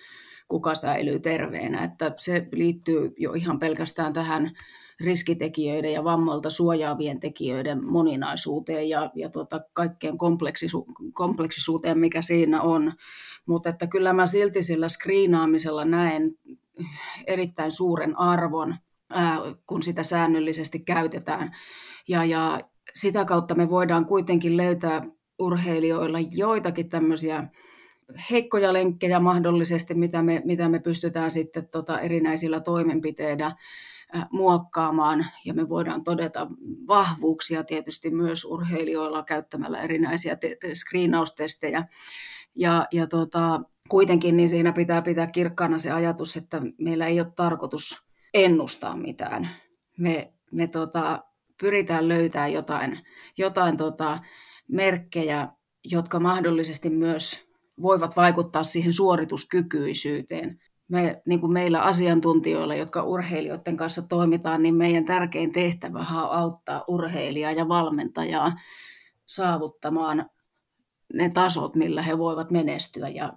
kuka säilyy terveenä. Että se liittyy jo ihan pelkästään tähän riskitekijöiden ja vammoilta suojaavien tekijöiden moninaisuuteen ja kaikkeen kompleksisuuteen, mikä siinä on. Mutta että kyllä mä silti sillä skriinaamisella näen erittäin suuren arvon, kun sitä säännöllisesti käytetään. Ja sitä kautta me voidaan kuitenkin löytää urheilijoilla joitakin tämmöisiä heikkoja lenkkejä mahdollisesti, mitä me pystytään sitten erinäisillä toimenpiteillä muokkaamaan, ja me voidaan todeta vahvuuksia tietysti myös urheilijoilla käyttämällä erinäisiä screenaustestejä. Kuitenkin niin siinä pitää pitää kirkkaana se ajatus, että meillä ei ole tarkoitus ennustaa mitään. Me pyritään löytämään jotain merkkejä, jotka mahdollisesti myös voivat vaikuttaa siihen suorituskykyisyyteen. Niin kuin meillä asiantuntijoilla, jotka urheilijoiden kanssa toimitaan, niin meidän tärkein tehtävä on auttaa urheilijaa ja valmentajaa saavuttamaan ne tasot, millä he voivat menestyä ja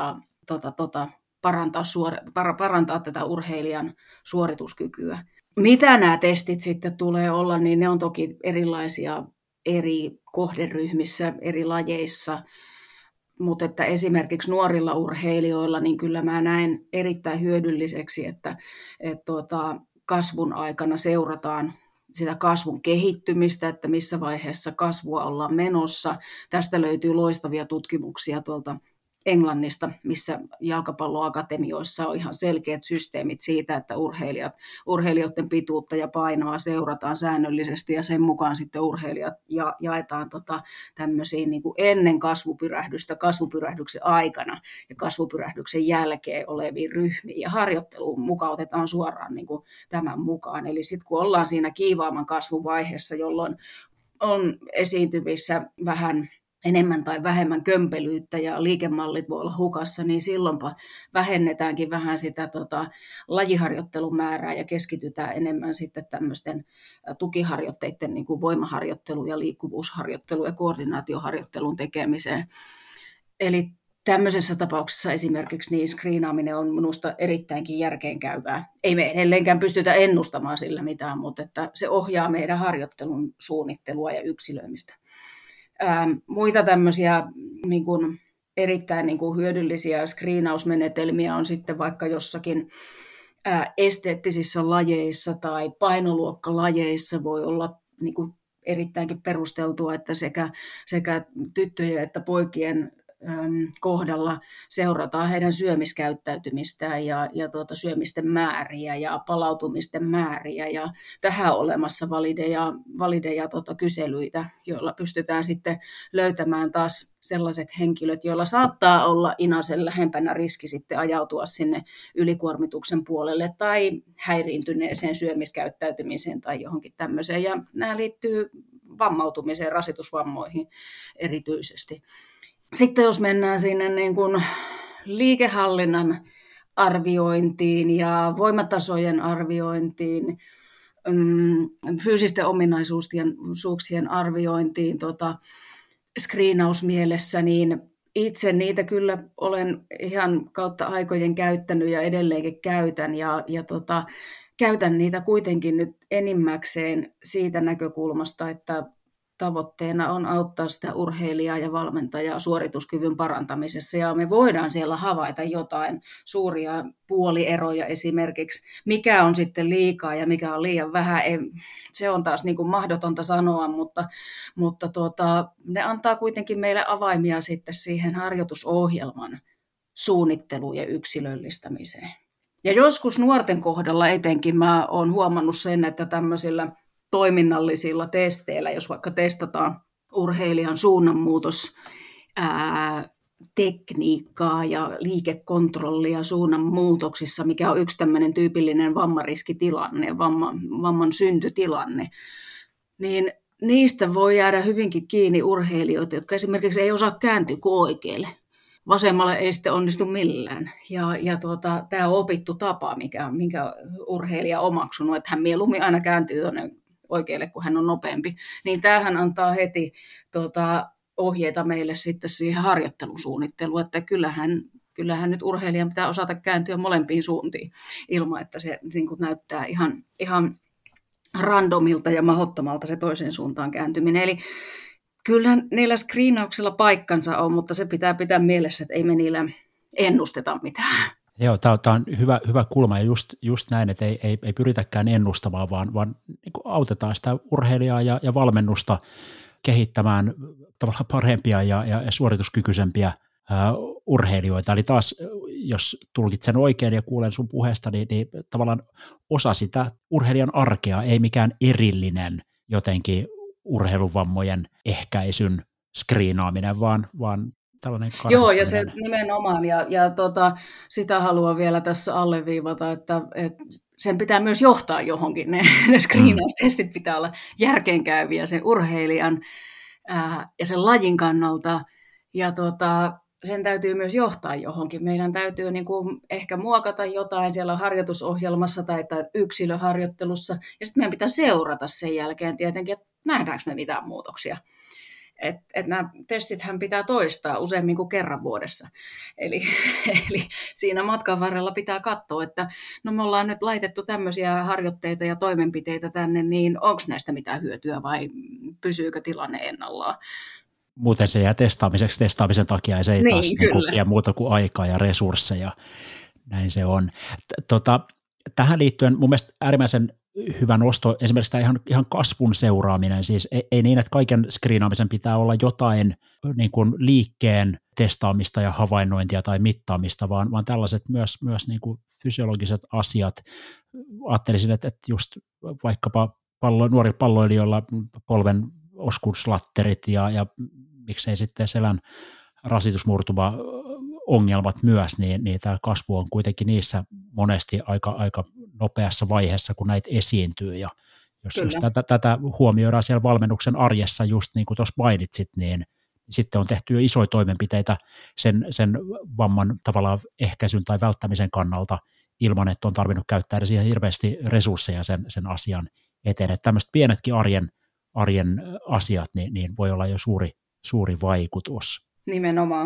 parantaa tätä urheilijan suorituskykyä. Mitä nämä testit sitten tulee olla, niin ne on toki erilaisia eri kohderyhmissä, eri lajeissa, mutta että esimerkiksi nuorilla urheilijoilla, niin kyllä mä näen erittäin hyödylliseksi, että kasvun aikana seurataan sitä kasvun kehittymistä, että missä vaiheessa kasvua ollaan menossa. Tästä löytyy loistavia tutkimuksia tuolta Englannista, missä jalkapalloakatemioissa on ihan selkeät systeemit siitä, että urheilijoiden pituutta ja painoa seurataan säännöllisesti ja sen mukaan sitten urheilijat jaetaan tämmöisiin niin kuin ennen kasvupyrähdystä, kasvupyrähdyksen aikana ja kasvupyrähdyksen jälkeen oleviin ryhmiin ja harjoitteluun mukautetaan suoraan niin kuin tämän mukaan. Eli sitten kun ollaan siinä kiivaaman kasvuvaiheessa, jolloin on esiintyvissä vähän enemmän tai vähemmän kömpelyyttä ja liikemallit voi olla hukassa, niin silloinpa vähennetäänkin vähän sitä lajiharjoittelun määrää ja keskitytään enemmän sitten tämmöisten tukiharjoitteiden niin kuin voimaharjoittelu ja liikkuvuusharjoittelu ja koordinaatioharjoittelun tekemiseen. Eli tämmöisessä tapauksessa esimerkiksi niin screenaaminen on minusta erittäinkin järkeenkäyvää. Ei me edelleenkään pystytä ennustamaan sillä mitään, mutta että se ohjaa meidän harjoittelun suunnittelua ja yksilöimistä. Muita tämmöisiä niin kuin erittäin niin kuin hyödyllisiä screenausmenetelmiä on sitten vaikka jossakin esteettisissä lajeissa tai painoluokkalajeissa voi olla niin kuin erittäinkin perusteltua, että sekä tyttöjen että poikien kohdalla seurataan heidän syömiskäyttäytymistään ja syömisten määriä ja palautumisten määriä ja tähän olemassa valideja kyselyitä, joilla pystytään sitten löytämään taas sellaiset henkilöt, joilla saattaa olla inasen lähempänä riski sitten ajautua sinne ylikuormituksen puolelle tai häiriintyneeseen syömiskäyttäytymiseen tai johonkin tämmöiseen, ja nämä liittyy vammautumiseen, rasitusvammoihin erityisesti. Sitten jos mennään sinne niin kuin liikehallinnan arviointiin ja voimatasojen arviointiin, fyysisten ominaisuuksien arviointiin screenausmielessä, niin itse niitä kyllä olen ihan kautta aikojen käyttänyt ja edelleenkin käytän ja käytän niitä kuitenkin nyt enimmäkseen siitä näkökulmasta, että tavoitteena on auttaa sitä urheilijaa ja valmentajaa suorituskyvyn parantamisessa, ja me voidaan siellä havaita jotain suuria puolieroja esimerkiksi, mikä on sitten liikaa ja mikä on liian vähän. Se on taas niin kuin mahdotonta sanoa, mutta ne antaa kuitenkin meille avaimia sitten siihen harjoitusohjelman suunnitteluun ja yksilöllistämiseen. Ja joskus nuorten kohdalla etenkin mä oon huomannut sen, että tämmöisillä toiminnallisilla testeillä, jos vaikka testataan urheilijan suunnanmuutos, tekniikkaa ja liikekontrollia suunnanmuutoksissa, mikä on yksi tämmöinen tyypillinen vammariskitilanne, vamman syntytilanne, niin niistä voi jäädä hyvinkin kiinni urheilijoita, jotka esimerkiksi ei osaa kääntyä kuin oikealle. Vasemmalle ei sitten onnistu millään. Ja tämä on opittu tapa, minkä urheilija on omaksunut, että hän mieluummin aina kääntyy tuonne oikealle, kun hän on nopeampi. Niin tämähän antaa heti ohjeita meille sitten siihen harjoittelusuunnitteluun, että kyllähän kyllähän nyt urheilijan pitää osata kääntyä molempiin suuntiin ilman, että se niin kuin näyttää ihan randomilta ja mahdottomalta se toiseen suuntaan kääntyminen. Eli kyllä niillä screenauksilla paikkansa on, mutta se pitää pitää mielessä, että ei me niillä ennusteta mitään. Joo, tämä on hyvä kulma ja just näin, että ei pyritäkään ennustamaan, vaan niin kuin autetaan sitä urheilijaa ja valmennusta kehittämään tavallaan parempia ja suorituskykyisempiä urheilijoita. Eli taas, jos tulkitsen oikein ja kuulen sun puheesta, niin tavallaan osa sitä urheilijan arkea, ei mikään erillinen jotenkin urheiluvammojen ehkäisyn screenaaminen, vaan tällainen Joo, ja se nimenomaan, ja sitä haluan vielä tässä alleviivata, että sen pitää myös johtaa johonkin. Ne screenaustestit pitää olla järkeenkäyviä sen urheilijan ja sen lajin kannalta, ja sen täytyy myös johtaa johonkin. Meidän täytyy niin kuin ehkä muokata jotain siellä harjoitusohjelmassa tai yksilöharjoittelussa, ja sitten meidän pitää seurata sen jälkeen tietenkin, että nähdäänkö me mitään muutoksia. Että nämä testithän pitää toistaa useammin kuin kerran vuodessa. Eli siinä matkan varrella pitää katsoa, että no me ollaan nyt laitettu tämmöisiä harjoitteita ja toimenpiteitä tänne, niin onko näistä mitään hyötyä vai pysyykö tilanne ennallaan? Muuten se jää testaamisen takia ja se ei taas vie muuta kuin aikaa ja resursseja. Näin se on. Tähän liittyen mun mielestä äärimmäisen hyvä nosto, esimerkiksi tämä ihan kasvun seuraaminen, siis ei niin, että kaiken screenaamisen pitää olla jotain niin kuin liikkeen testaamista ja havainnointia tai mittaamista, vaan tällaiset myös niin kuin fysiologiset asiat. Ajattelisin, että just vaikkapa nuorilla palloilijoilla polven oskurslatterit ja miksei sitten selän rasitusmurtuma ongelmat myös, niin tämä kasvu on kuitenkin niissä monesti aika nopeassa vaiheessa, kun näitä esiintyy, ja jos tätä huomioidaan siellä valmennuksen arjessa, just niin kuin tuossa mainitsit, niin sitten on tehty jo isoja toimenpiteitä sen vamman tavallaan ehkäisyn tai välttämisen kannalta, ilman että on tarvinnut käyttää edes ihan hirveästi resursseja sen asian eteen, että tämmöiset pienetkin arjen asiat, niin voi olla jo suuri vaikutus. Nimenomaan.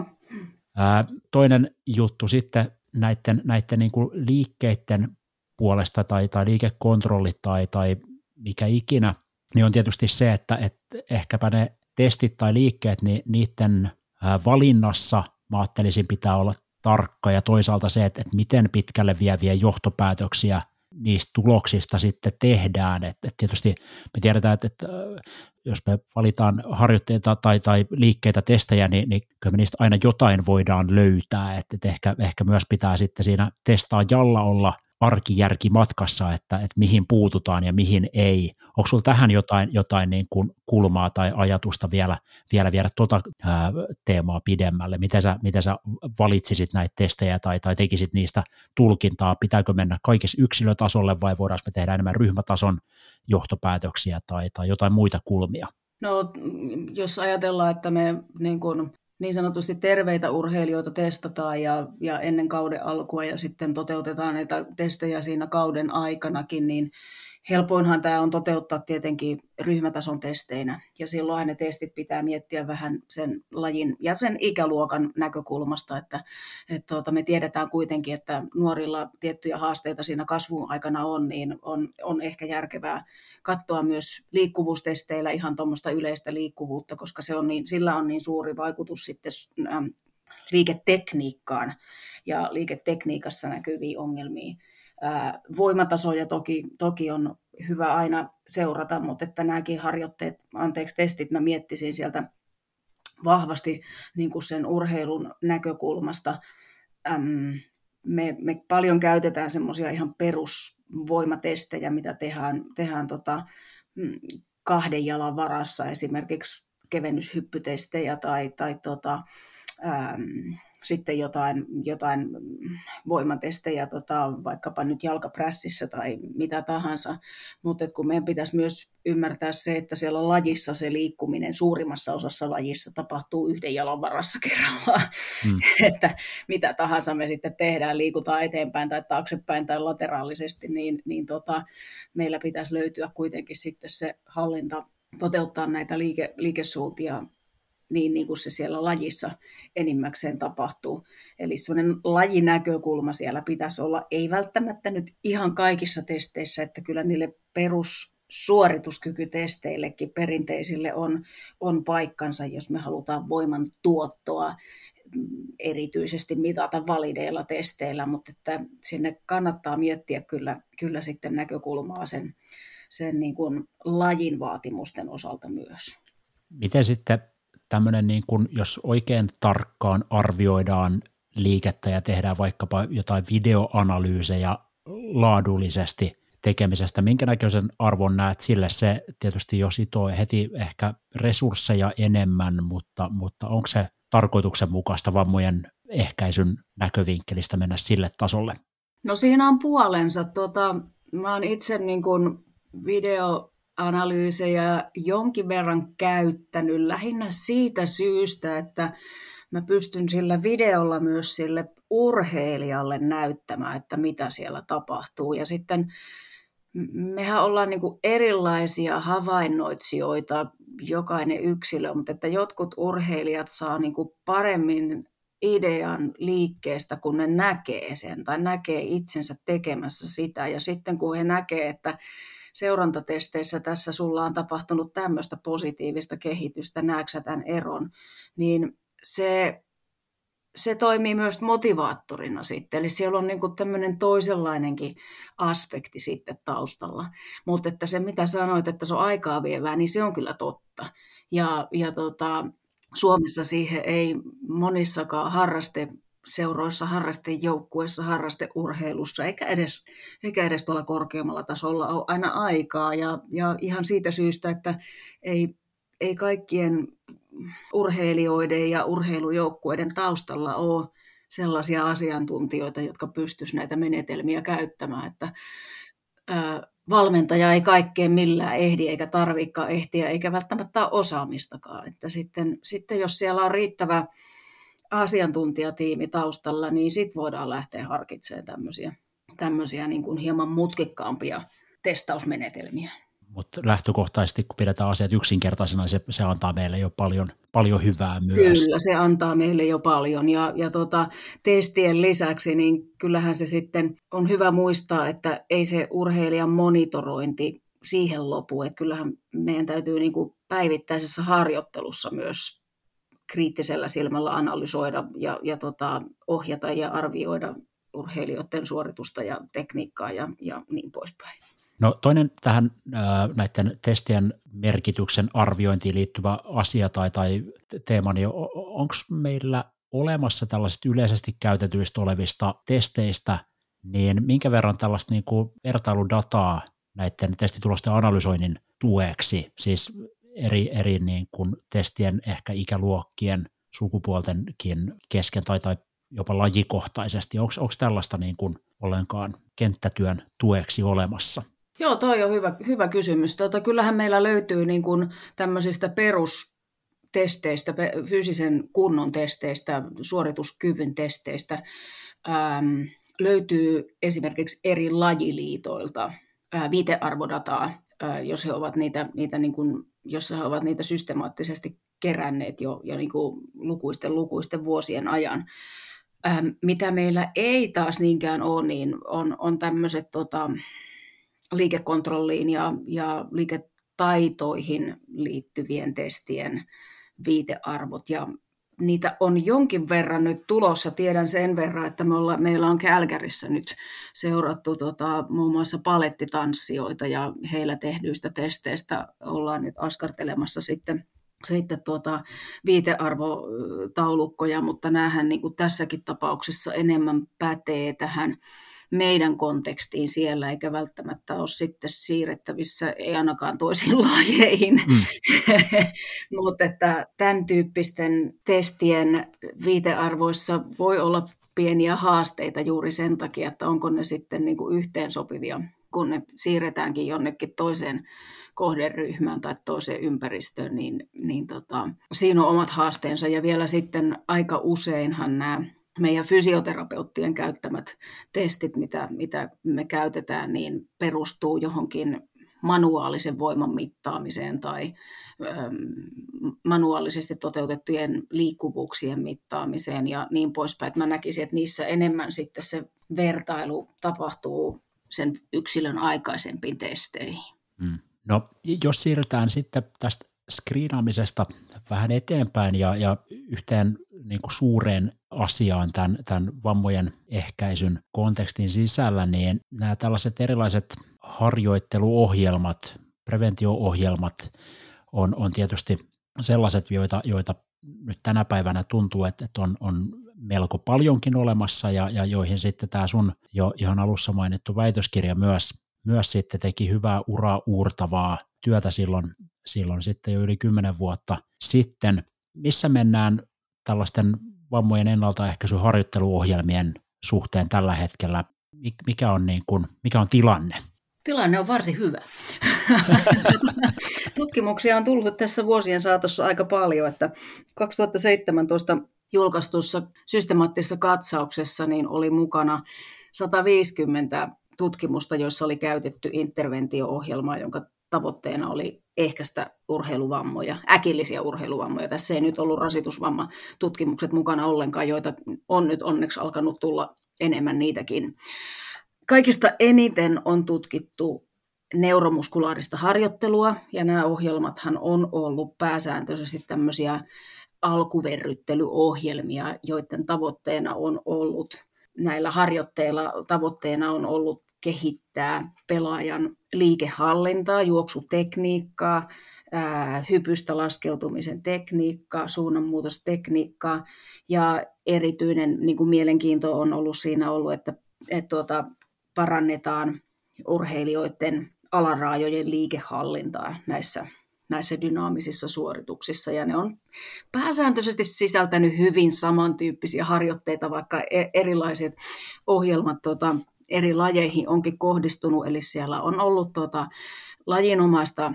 Toinen juttu sitten näiden niin kuin liikkeiden puolesta tai liikekontrollit tai mikä ikinä, niin on tietysti se, että ehkäpä ne testit tai liikkeet, niin niiden valinnassa mä ajattelisin pitää olla tarkka, ja toisaalta se, että miten pitkälle vieviä johtopäätöksiä niistä tuloksista sitten tehdään. Että tietysti me tiedetään, että jos me valitaan harjoitteita tai liikkeitä, testejä, niin kyllä me niistä aina jotain voidaan löytää. Että ehkä myös pitää sitten siinä testaajalla olla arkijärki matkassa, että mihin puututaan ja mihin ei. Onko sinulla tähän jotain niin kuin kulmaa tai ajatusta vielä viedä teemaa pidemmälle? Miten sä valitsisit näitä testejä tai tekisit niistä tulkintaa? Pitääkö mennä kaikessa yksilötasolle vai voidaanko me tehdä enemmän ryhmätason johtopäätöksiä tai jotain muita kulmia? No, jos ajatellaan, että me niin sanotusti terveitä urheilijoita testataan ja ennen kauden alkua ja sitten toteutetaan näitä testejä siinä kauden aikanakin, niin helpoinhan tämä on toteuttaa tietenkin ryhmätason testeinä. Ja silloin ne testit pitää miettiä vähän sen lajin ja sen ikäluokan näkökulmasta, että me tiedetään kuitenkin, että nuorilla tiettyjä haasteita siinä kasvun aikana on, niin on ehkä järkevää katsoa myös liikkuvuustesteillä ihan tuommoista yleistä liikkuvuutta, koska sillä on niin suuri vaikutus sitten liiketekniikkaan ja liiketekniikassa näkyviin ongelmiin. Voimatasoja toki on hyvä aina seurata, mutta että nämäkin testit mä miettisin sieltä vahvasti niin kuin sen urheilun näkökulmasta. Me paljon käytetään semmoisia ihan perusvoimatestejä, mitä tehdään kahden jalan varassa, esimerkiksi kevennyshyppytestejä tai sitten jotain voimatestejä, vaikkapa nyt jalkaprässissä tai mitä tahansa, mutta kun meidän pitäisi myös ymmärtää se, että siellä lajissa se liikkuminen suurimmassa osassa lajissa tapahtuu yhden jalan varassa kerrallaan, että mitä tahansa me sitten tehdään, liikutaan eteenpäin tai taaksepäin tai lateraalisesti, niin meillä pitäisi löytyä kuitenkin sitten se hallinta toteuttaa näitä liikesuuntia niin kuin se siellä lajissa enimmäkseen tapahtuu. Eli sellainen lajinäkökulma siellä pitäisi olla, ei välttämättä nyt ihan kaikissa testeissä, että kyllä niille perussuorituskykytesteillekin perinteisille on paikkansa, jos me halutaan voiman tuottoa erityisesti mitata valideilla testeillä, mutta että sinne kannattaa miettiä kyllä sitten näkökulmaa sen niin kuin lajin vaatimusten osalta myös. Miten sitten tämmöinen, niin kuin, jos oikein tarkkaan arvioidaan liikettä ja tehdään vaikkapa jotain videoanalyysejä laadullisesti tekemisestä, minkä näköisen arvon näet sille? Se tietysti jo sitoo heti ehkä resursseja enemmän, mutta onko se tarkoituksenmukaista vammojen ehkäisyn näkövinkkelistä mennä sille tasolle? No siinä on puolensa. Mä oon itse niin kuin videoanalyysejä jonkin verran käyttänyt lähinnä siitä syystä, että mä pystyn sillä videolla myös sille urheilijalle näyttämään, että mitä siellä tapahtuu. Ja sitten mehän ollaan niin kuin erilaisia havainnoitsijoita, jokainen yksilö, mutta että jotkut urheilijat saa niin kuin paremmin idean liikkeestä, kun ne näkee sen tai näkee itsensä tekemässä sitä. Ja sitten kun he näkee, että seurantatesteissä tässä sulla on tapahtunut tämmöistä positiivista kehitystä, näetkö sä tämän eron, niin se toimii myös motivaattorina sitten. Eli siellä on niin kuin tämmöinen toisenlainenkin aspekti sitten taustalla. Mutta että se, mitä sanoit, että se on aikaa vievää, niin se on kyllä totta. Ja Suomessa siihen ei monissakaan harrasteseuroissa, harrastejoukkueissa, harrasteurheilussa eikä edes tuolla korkeammalla tasolla ole aina aikaa. Ja ihan siitä syystä, että ei kaikkien urheilijoiden ja urheilujoukkueiden taustalla ole sellaisia asiantuntijoita, jotka pystyisivät näitä menetelmiä käyttämään, että valmentaja ei kaikkeen millään ehdi eikä tarvitsekaan ehtiä eikä välttämättä ole osaamistakaan. Että sitten jos siellä on riittävä asiantuntijatiimi taustalla, niin sitten voidaan lähteä harkitsemaan tämmöisiä niin kuin hieman mutkikkaampia testausmenetelmiä. Mutta lähtökohtaisesti, kun pidetään asiat yksinkertaisena, se antaa meille jo paljon hyvää myös. Kyllä, se antaa meille jo paljon. Ja testien lisäksi, niin kyllähän se sitten on hyvä muistaa, että ei se urheilijan monitorointi siihen lopu. Että kyllähän meidän täytyy niin kuin päivittäisessä harjoittelussa myös kriittisellä silmällä analysoida ja ohjata ja arvioida urheilijoiden suoritusta ja tekniikkaa ja niin poispäin. No toinen tähän näiden testien merkityksen arviointiin liittyvä asia tai teema, niin onko meillä olemassa tällaisista yleisesti käytetyistä olevista testeistä, niin minkä verran tällaista niin kuin vertailudataa näiden testitulosten analysoinnin tueksi, siis eri niin kuin testien ehkä ikäluokkien, sukupuoltenkin kesken tai jopa lajikohtaisesti, onko tällaista niin kuin ollenkaan kenttätyön tueksi olemassa? Joo, toi on hyvä kysymys. Kyllähän meillä löytyy niin kuin tämmöisistä perustesteistä, fyysisen kunnon testeistä, suorituskyvyn testeistä, löytyy esimerkiksi eri lajiliitoilta viitearvodataa, jos he ovat niitä niin kuin, jos he ovat niitä systemaattisesti keränneet jo niin kuin lukuisten vuosien ajan. Mitä meillä ei taas niinkään ole, niin on tämmöiset liikekontrolliin ja liiketaitoihin liittyvien testien viitearvot. Ja niitä on jonkin verran nyt tulossa. Tiedän sen verran, että meillä on Calgaryssä nyt seurattu muun muassa palettitanssijoita ja heillä tehdyistä testeistä ollaan nyt askartelemassa sitten viitearvotaulukkoja, mutta näähän niin kuin tässäkin tapauksessa enemmän pätee tähän meidän kontekstiin siellä, eikä välttämättä ole sitten siirrettävissä, ei ainakaan toisiin lajeihin. Mutta että tämän tyyppisten testien viitearvoissa voi olla pieniä haasteita juuri sen takia, että onko ne sitten niin kuin yhteensopivia, kun ne siirretäänkin jonnekin toiseen kohderyhmään tai toiseen ympäristöön, niin siinä on omat haasteensa. Ja vielä sitten aika useinhan nämä meidän fysioterapeuttien käyttämät testit, mitä me käytetään, niin perustuu johonkin manuaalisen voiman mittaamiseen tai manuaalisesti toteutettujen liikkuvuuksien mittaamiseen ja niin poispäin. Mä näkisin, että niissä enemmän sitten se vertailu tapahtuu sen yksilön aikaisempiin testeihin. No, jos siirrytään sitten tästä skriinaamisesta vähän eteenpäin ja yhteen niin kuin suureen asiaan tämän vammojen ehkäisyn kontekstin sisällä, niin nämä tällaiset erilaiset harjoitteluohjelmat, preventio-ohjelmat on tietysti sellaiset, joita nyt tänä päivänä tuntuu, että on melko paljonkin olemassa ja joihin sitten tämä sun jo ihan alussa mainittu väitöskirja myös sitten teki hyvää uraa uurtavaa työtä silloin sitten jo yli 10 vuotta sitten. Missä mennään tällaisten vammojen ennaltaehkäisyharjoitteluohjelmien suhteen tällä hetkellä? Mikä on tilanne? Tilanne on varsin hyvä. Tutkimuksia on tullut tässä vuosien saatossa aika paljon, että 2017 julkaistussa systemaattisessa katsauksessa niin oli mukana 150 tutkimusta, joissa oli käytetty interventio-ohjelmaa, jonka tavoitteena oli ehkäistä urheiluvammoja, äkillisiä urheiluvammoja. Tässä ei nyt ollut rasitusvammatutkimukset mukana ollenkaan, joita on nyt onneksi alkanut tulla enemmän niitäkin. Kaikista eniten on tutkittu neuromuskulaarista harjoittelua, ja nämä ohjelmathan on ollut pääsääntöisesti tämmöisiä alkuverryttelyohjelmia, joiden tavoitteena on ollut, näillä harjoitteilla tavoitteena on ollut kehittää pelaajan liikehallintaa, juoksutekniikkaa, hypystä laskeutumisen tekniikkaa, suunnanmuutostekniikkaa, ja erityinen niin kuin mielenkiinto on ollut siinä ollut, että parannetaan urheilijoiden alaraajojen liikehallintaa näissä dynaamisissa suorituksissa, ja ne on pääsääntöisesti sisältänyt hyvin samantyyppisiä harjoitteita, vaikka erilaiset ohjelmat eri lajeihin onkin kohdistunut, eli siellä on ollut lajinomaista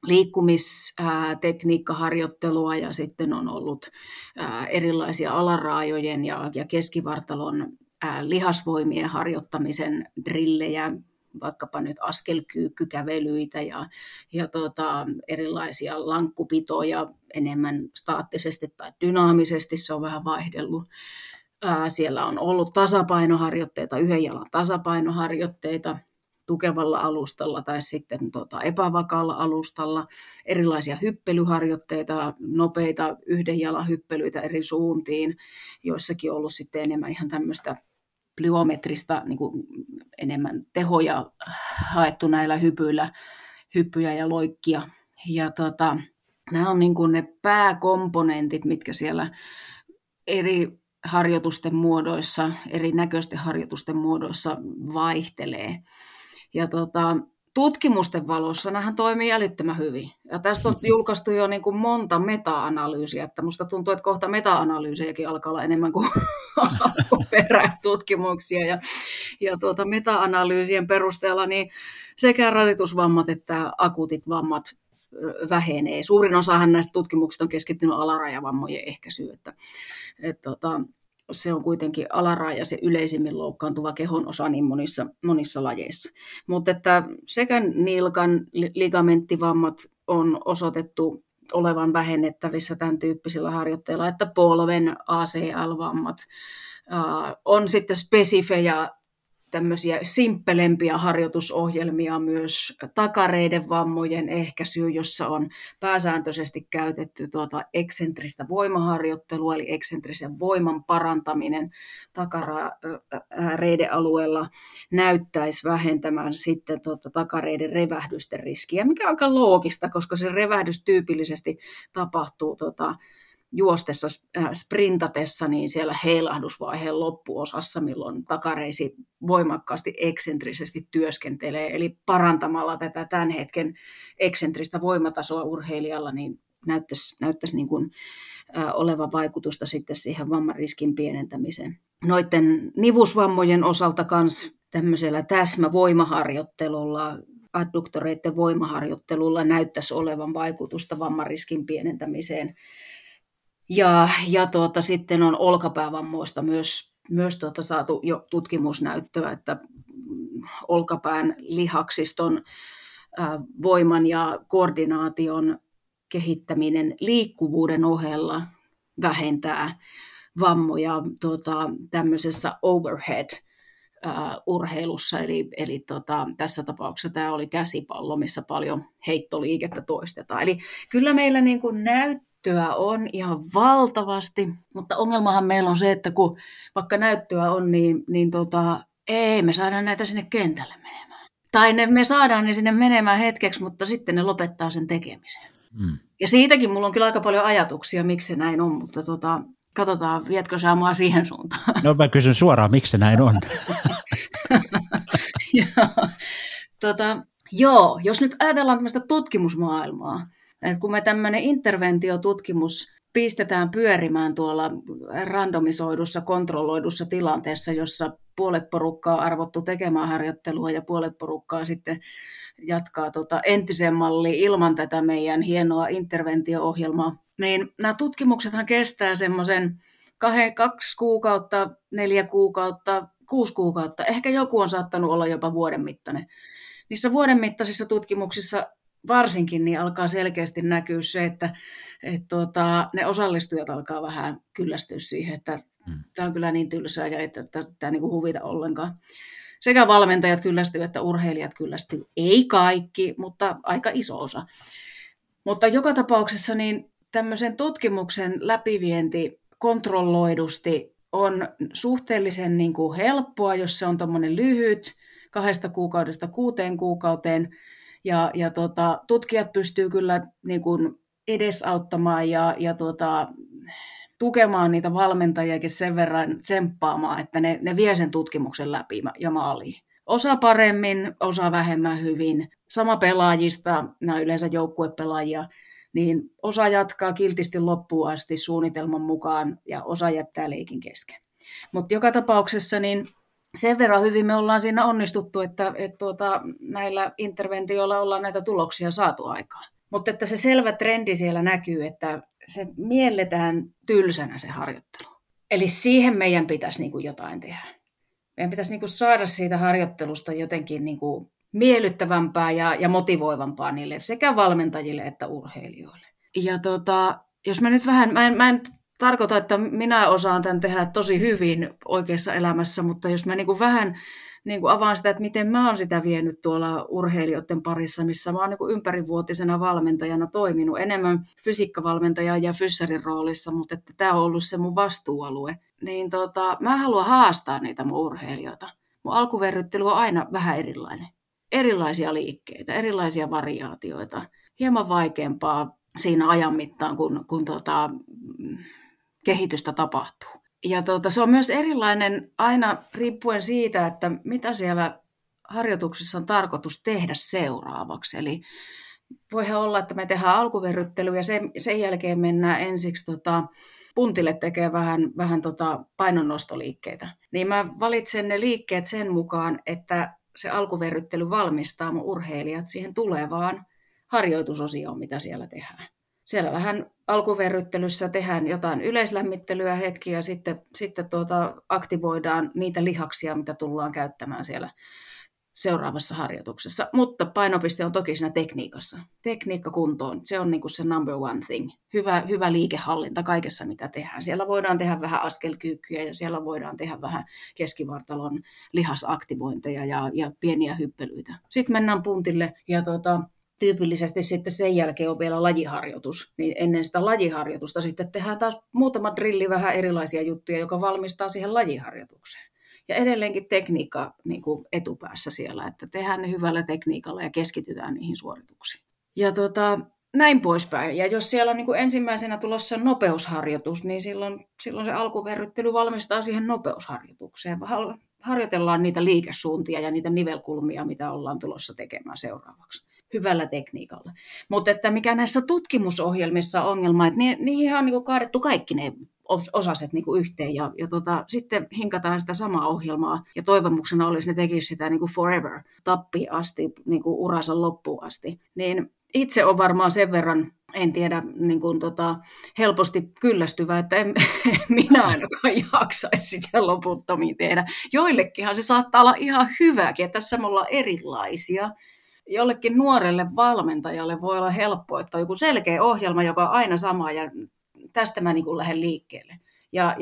liikkumistekniikkaharjoittelua ja sitten on ollut erilaisia alaraajojen ja keskivartalon lihasvoimien harjoittamisen drillejä, vaikkapa nyt askelkyykkykävelyitä ja erilaisia lankkupitoja enemmän staattisesti tai dynaamisesti, se on vähän vaihdellut. Siellä on ollut tasapainoharjoitteita, yhden jalan tasapainoharjoitteita tukevalla alustalla tai sitten epävakaalla alustalla, erilaisia hyppelyharjoitteita, nopeita yhden jalan hyppelyitä eri suuntiin, joissakin on ollut sitten enemmän ihan tämmöistä plyometrista, niin kuin enemmän tehoja haettu näillä hyppyjä ja loikkia. Ja nämä on niin kuin ne pääkomponentit, mitkä siellä eri harjoitusten muodoissa, erinäköisten harjoitusten muodoissa vaihtelee. Ja tutkimusten valossa nämähän toimii älyttömän hyvin. Ja tästä on julkaistu jo niin kuin monta meta-analyysiä, että musta tuntuu, että kohta meta-analyysejäkin alkaa olla enemmän kuin alkuperäistutkimuksia. Ja meta-analyysien perusteella niin sekä rasitusvammat että akuutit vammat vähenee. Suurin osahan näistä tutkimuksista on keskittynyt alarajavammojen ehkäisyyn, että se on kuitenkin alaraja se yleisimmin loukkaantuva kehonosa niin monissa lajeissa. Mutta että sekä nilkan ligamenttivammat on osoitettu olevan vähennettävissä tämän tyyppisillä harjoitteilla, että polven ACL-vammat on sitten spesifejä tämmöisiä simppelempiä harjoitusohjelmia myös takareiden vammojen ehkäisyyn, jossa on pääsääntöisesti käytetty eksentristä voimaharjoittelua, eli eksentrisen voiman parantaminen takareiden alueella näyttäisi vähentämään sitten takareiden revähdysten riskiä, mikä on aika loogista, koska se revähdys tyypillisesti tapahtuu juostessa, sprintatessa, niin siellä heilahdusvaiheen loppuosassa, milloin takareisi voimakkaasti eksentrisesti työskentelee, eli parantamalla tätä tämän hetken eksentristä voimatasoa urheilijalla, niin näyttäisi niin kuin olevan vaikutusta sitten siihen vammariskin pienentämiseen. Noiden nivusvammojen osalta myös tämmöisellä täsmävoimaharjoittelulla, adduktoreiden voimaharjoittelulla näyttäisi olevan vaikutusta vammariskin pienentämiseen. Ja sitten on olkapäävammoista myös saatu jo tutkimusnäyttöä, että olkapään lihaksiston voiman ja koordinaation kehittäminen liikkuvuuden ohella vähentää vammoja tämmöisessä overhead-urheilussa, eli tässä tapauksessa tämä oli käsipallo, missä paljon heittoliikettä toistetaan. Eli kyllä meillä niin kuin näyttöä on ihan valtavasti, mutta ongelmahan meillä on se, että kun vaikka näyttöä on, niin ei me saada näitä sinne kentälle menemään. Tai me saadaan ne sinne menemään hetkeksi, mutta sitten ne lopettaa sen tekemisen. Ja siitäkin mulla on kyllä aika paljon ajatuksia, miksi se näin on, mutta katsotaan, vietkö sä mua siihen suuntaan? No mä kysyn suoraan, miksi se näin on. Joo, jos nyt ajatellaan tämmöistä tutkimusmaailmaa, että kun me tämmöinen interventiotutkimus pistetään pyörimään tuolla randomisoidussa, kontrolloidussa tilanteessa, jossa puolet porukkaa on arvottu tekemään harjoittelua ja puolet porukkaa sitten jatkaa entiseen malliin ilman tätä meidän hienoa interventio-ohjelmaa, niin nämä tutkimuksethan kestää semmoisen 2 kuukautta, 4 kuukautta, 6 kuukautta. Ehkä joku on saattanut olla jopa vuoden mittainen. Niissä vuoden mittaisissa tutkimuksissa varsinkin niin alkaa selkeästi näkyä se, että ne osallistujat alkaa vähän kyllästyä siihen, että tämä on kyllä niin tylsää ja että tämä niin kuin huvita ollenkaan. Sekä valmentajat kyllästyvät että urheilijat kyllästyvät. Ei kaikki, mutta aika iso osa. Mutta joka tapauksessa niin tämmöisen tutkimuksen läpivienti kontrolloidusti on suhteellisen niin kuin helppoa, jos se on tommoinen lyhyt, 2 kuukaudesta 6 kuukauteen. Ja tutkijat pystyy kyllä niin kuin edesauttamaan ja tukemaan niitä valmentajiakin sen verran tsemppaamaan, että ne vie sen tutkimuksen läpi ja maaliin. Osa paremmin, osa vähemmän hyvin. Sama pelaajista, nämä yleensä joukkuepelaajia, niin osa jatkaa kiltisti loppuun asti suunnitelman mukaan ja osa jättää leikin kesken. Mutta joka tapauksessa niin sen verran hyvin me ollaan siinä onnistuttu, että näillä interventioilla ollaan näitä tuloksia saatu aikaan. Mutta että se selvä trendi siellä näkyy, että se mielletään tylsänä se harjoittelu. Eli siihen meidän pitäisi niin kuin jotain tehdä. Meidän pitäisi niin kuin saada siitä harjoittelusta jotenkin niin kuin miellyttävämpää ja motivoivampaa niille sekä valmentajille että urheilijoille. Ja jos mä nyt vähän, mä en tarkoita, että minä osaan tämän tehdä tosi hyvin oikeassa elämässä, mutta jos mä niin kuin vähän niin kuin avaan sitä, että miten mä oon sitä vienyt tuolla urheilijoiden parissa, missä mä oon niin kuin ympärivuotisena valmentajana toiminut, enemmän fysiikkavalmentaja ja fyssarin roolissa, mutta että tämä on ollut se mun vastuualue. Niin mä haluan haastaa niitä mun urheilijoita. Mun alkuverryttely on aina vähän erilainen. Erilaisia liikkeitä, erilaisia variaatioita. Hieman vaikeampaa siinä ajan mittaan, kun kehitystä tapahtuu. Ja se on myös erilainen aina riippuen siitä, että mitä siellä harjoituksissa on tarkoitus tehdä seuraavaksi. Eli voihan olla, että me tehdään alkuverryttely ja sen jälkeen mennään ensiksi puntille tekemään vähän painonnostoliikkeitä. Niin mä valitsen ne liikkeet sen mukaan, että se alkuverryttely valmistaa mun urheilijat siihen tulevaan harjoitusosioon, mitä siellä tehdään. Siellä vähän alkuverryttelyssä tehdään jotain yleislämmittelyä hetki ja sitten aktivoidaan niitä lihaksia, mitä tullaan käyttämään siellä seuraavassa harjoituksessa. Mutta painopiste on toki siinä tekniikassa. Tekniikka kuntoon, se on niin kuin se number one thing. Hyvä liikehallinta kaikessa, mitä tehdään. Siellä voidaan tehdä vähän askelkyykkyjä ja siellä voidaan tehdä vähän keskivartalon lihasaktivointeja ja pieniä hyppelyitä. Sitten mennään puntille ja tyypillisesti sitten sen jälkeen on vielä lajiharjoitus, niin ennen sitä lajiharjoitusta sitten tehdään taas muutama drilli vähän erilaisia juttuja, joka valmistaa siihen lajiharjoitukseen. Ja edelleenkin tekniikka niin kuin etupäässä siellä, että tehdään ne hyvällä tekniikalla ja keskitytään niihin suorituksiin. Ja näin poispäin. Ja jos siellä on niin kuin ensimmäisenä tulossa nopeusharjoitus, niin silloin se alkuverryttely valmistaa siihen nopeusharjoitukseen. Harjoitellaan niitä liikesuuntia ja niitä nivelkulmia, mitä ollaan tulossa tekemään seuraavaksi. Hyvällä tekniikalla. Mutta että mikä näissä tutkimusohjelmissa on ongelma, että niihin on niinku kaadettu kaikki ne osaset niinku yhteen ja sitten hinkataan sitä samaa ohjelmaa ja toivomuksena olisi, että ne tekisi sitä niinku forever, tappiin asti, niinku uransa loppuun asti. Niin itse on varmaan sen verran, en tiedä, niin kuin helposti kyllästyvä, että en minä ainakaan jaksaisi sitä loputtomiin tehdä. Joillekinhan se saattaa olla ihan hyväkin, että tässä me ollaan erilaisia. jollekin nuorelle valmentajalle voi olla helppo, että on joku selkeä ohjelma, joka on aina sama ja tästä mä niin kuin lähden liikkeelle. Ja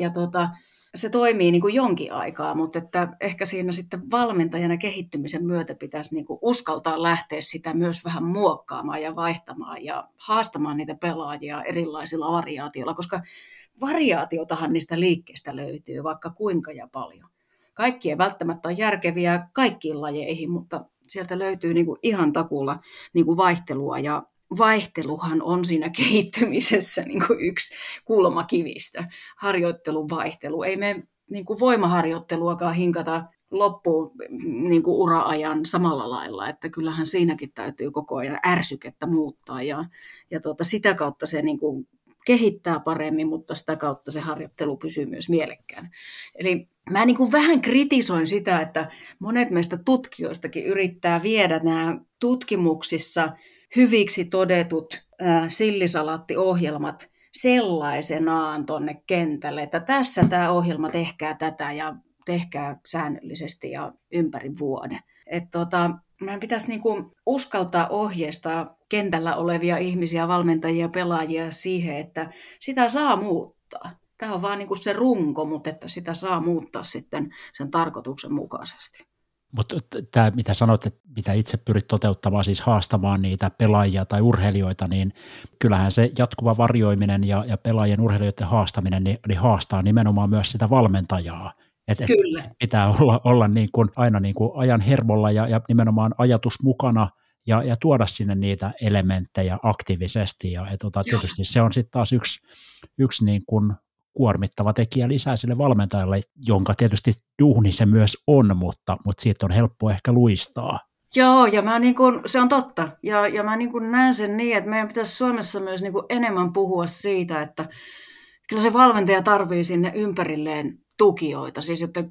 se toimii niin kuin jonkin aikaa, mutta että ehkä siinä sitten valmentajana kehittymisen myötä pitäisi niin kuin uskaltaa lähteä sitä myös vähän muokkaamaan ja vaihtamaan ja haastamaan niitä pelaajia erilaisilla variaatioilla, koska variaatiotahan niistä liikkeestä löytyy vaikka kuinka ja paljon. Kaikki ei välttämättä ole järkeviä kaikkiin lajeihin, mutta sieltä löytyy niin kuin ihan takuulla niin kuin vaihtelua ja vaihteluhan on siinä kehittymisessä niin kuin yksi kulmakivistä, harjoittelun vaihtelu. Ei me niin kuin voimaharjoitteluakaan hinkata loppuun niin kuin ura-ajan samalla lailla, että kyllähän siinäkin täytyy koko ajan ärsykettä muuttaa ja sitä kautta se niin kuin kehittää paremmin, mutta sitä kautta se harjoittelu pysyy myös mielekkäänä. Eli mä niin kuin vähän kritisoin sitä, että monet meistä tutkijoistakin yrittää viedä nämä tutkimuksissa hyviksi todetut sillisalaattiohjelmat sellaisenaan tonne kentälle, että tässä tämä ohjelma, tehkää tätä ja tehkää säännöllisesti ja ympäri vuoden. Meidän pitäisi niinku uskaltaa ohjeistaa kentällä olevia ihmisiä, valmentajia, pelaajia siihen, että sitä saa muuttaa. Tämä on vaan niinku se runko, mutta että sitä saa muuttaa sitten sen tarkoituksen mukaisesti. Mutta tämä, mitä sanoit, että mitä itse pyrit toteuttamaan, siis haastamaan niitä pelaajia tai urheilijoita, niin kyllähän se jatkuva varjoiminen ja pelaajien urheilijoiden haastaminen, niin haastaa nimenomaan myös sitä valmentajaa. Kyllä. Pitää olla niin kuin, aina niin kuin ajan hermolla ja nimenomaan ajatus mukana ja tuoda sinne niitä elementtejä aktiivisesti. Ja tietysti se on sitten taas yksi niin kuin kuormittava tekijä lisää sille valmentajalle, jonka tietysti duuni se myös on, mutta siitä on helppo ehkä luistaa. Joo, ja se on totta. Ja mä näen sen niin, että meidän pitäisi Suomessa myös enemmän puhua siitä, että kyllä se valmentaja tarvitsee sinne ympärilleen tukijoita. Siis että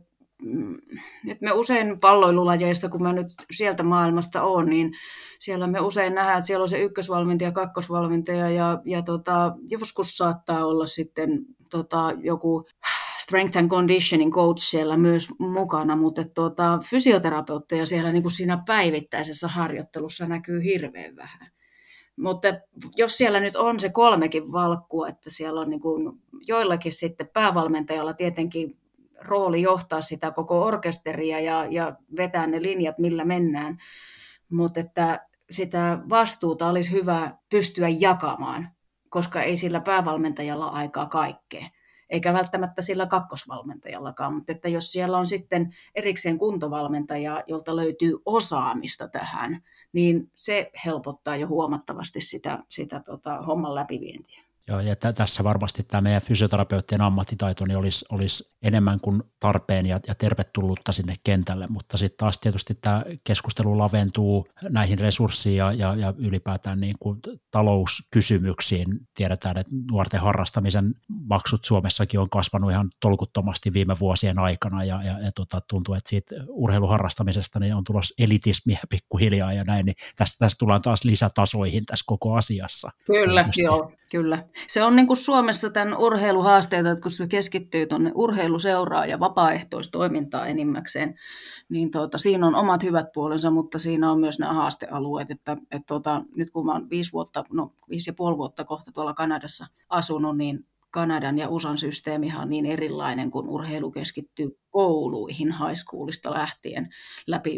me usein palloilulajeista, kun mä nyt sieltä maailmasta olen, niin siellä me usein nähdään, että siellä on se ykkösvalmentaja, kakkosvalmentaja ja joskus saattaa olla sitten joku strength and conditioning coach siellä myös mukana, mutta fysioterapeutteja siellä niin kuin siinä päivittäisessä harjoittelussa näkyy hirveän vähän. Mutta jos siellä nyt on se 3 valkkua, että siellä on niin kuin joillakin sitten päävalmentajalla tietenkin rooli johtaa sitä koko orkesteria ja vetää ne linjat, millä mennään, mutta että sitä vastuuta olisi hyvä pystyä jakamaan, koska ei sillä päävalmentajalla aikaa kaikkea, eikä välttämättä sillä kakkosvalmentajallakaan, mutta että jos siellä on sitten erikseen kuntovalmentaja, jolta löytyy osaamista tähän, niin se helpottaa jo huomattavasti sitä homman läpivientiä. Joo, ja tässä varmasti tämä meidän fysioterapeuttien ammattitaito niin olisi enemmän kuin tarpeen ja tervetullutta sinne kentälle, mutta sitten taas tietysti tämä keskustelu laventuu näihin resurssiin ja ylipäätään niin kuin talouskysymyksiin. Tiedetään, että nuorten harrastamisen maksut Suomessakin on kasvanut ihan tolkuttomasti viime vuosien aikana ja tuntuu, että siitä urheiluharrastamisesta niin on tulossa elitismiä pikkuhiljaa ja näin, niin tässä tullaan taas lisätasoihin tässä koko asiassa. Kyllä, joo. Kyllä. Se on niin kuin Suomessa tämän urheiluhaasteita, että kun se keskittyy tuonne urheiluseuraa ja vapaaehtoistoimintaa enimmäkseen, niin siinä on omat hyvät puolensa, mutta siinä on myös nämä haastealueet, että nyt kun mä oon 5,5 vuotta kohta tuolla Kanadassa asunut, niin Kanadan ja USAn systeemihan on niin erilainen, kun urheilu keskittyy kouluihin high schoolista lähtien läpi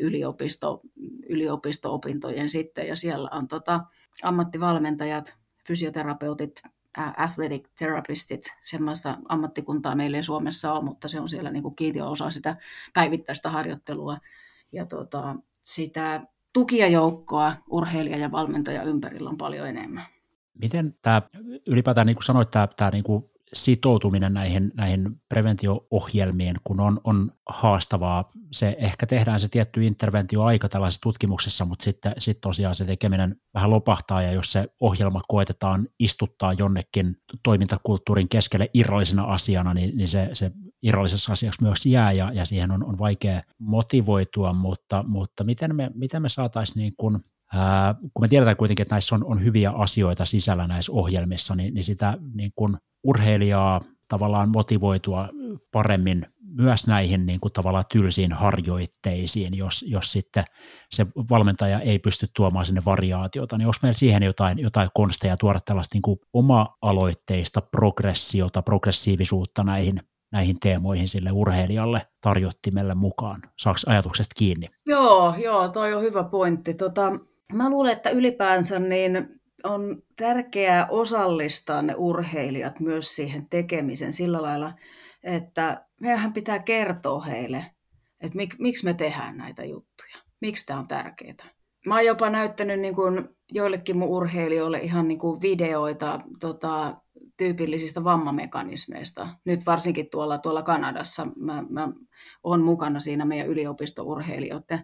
yliopisto-opintojen sitten, ja siellä on ammattivalmentajat, fysioterapeutit, athletic therapistit, semmoista ammattikuntaa meillä ei Suomessa ole, mutta se on siellä niin kuin kiintiö osa sitä päivittäistä harjoittelua ja sitä tukijajoukkoa urheilija ja valmentaja ympärillä on paljon enemmän. Miten tämä ylipäätään, niin kuin sanoit, tämä niin kuin sitoutuminen näihin preventio-ohjelmiin, kun on haastavaa, se ehkä tehdään se tietty interventioaika tällaisessa tutkimuksessa, mutta sitten tosiaan se tekeminen vähän lopahtaa, ja jos se ohjelma koetetaan istuttaa jonnekin toimintakulttuurin keskelle irrallisena asiana, niin se irrallisessa asiaksi myös jää, ja siihen on vaikea motivoitua, mutta miten me saataisiin niin kuin kun me tiedetään kuitenkin, että näissä on hyviä asioita sisällä näissä ohjelmissa, niin sitä niin kuin urheilijaa tavallaan motivoitua paremmin myös näihin niin kuin tavallaan tylsiin harjoitteisiin, jos sitten se valmentaja ei pysty tuomaan sinne variaatiota, niin onko meillä siihen jotain konsteja tuoda tällaista niin kuin oma-aloitteista progressiivisuutta näihin teemoihin sille urheilijalle tarjottimelle mukaan? Saako ajatuksesta kiinni? Joo, toi on hyvä pointti. Mä luulen, että ylipäänsä niin on tärkeää osallistaa ne urheilijat myös siihen tekemiseen sillä lailla, että meidän pitää kertoa heille, että miksi me tehdään näitä juttuja, miksi tämä on tärkeää. Mä oon jopa näyttänyt niin kuin joillekin mun urheilijoille ihan niin kuin videoita tyypillisistä vammamekanismeista. Nyt varsinkin tuolla Kanadassa mä oon mukana siinä meidän yliopistourheilijoiden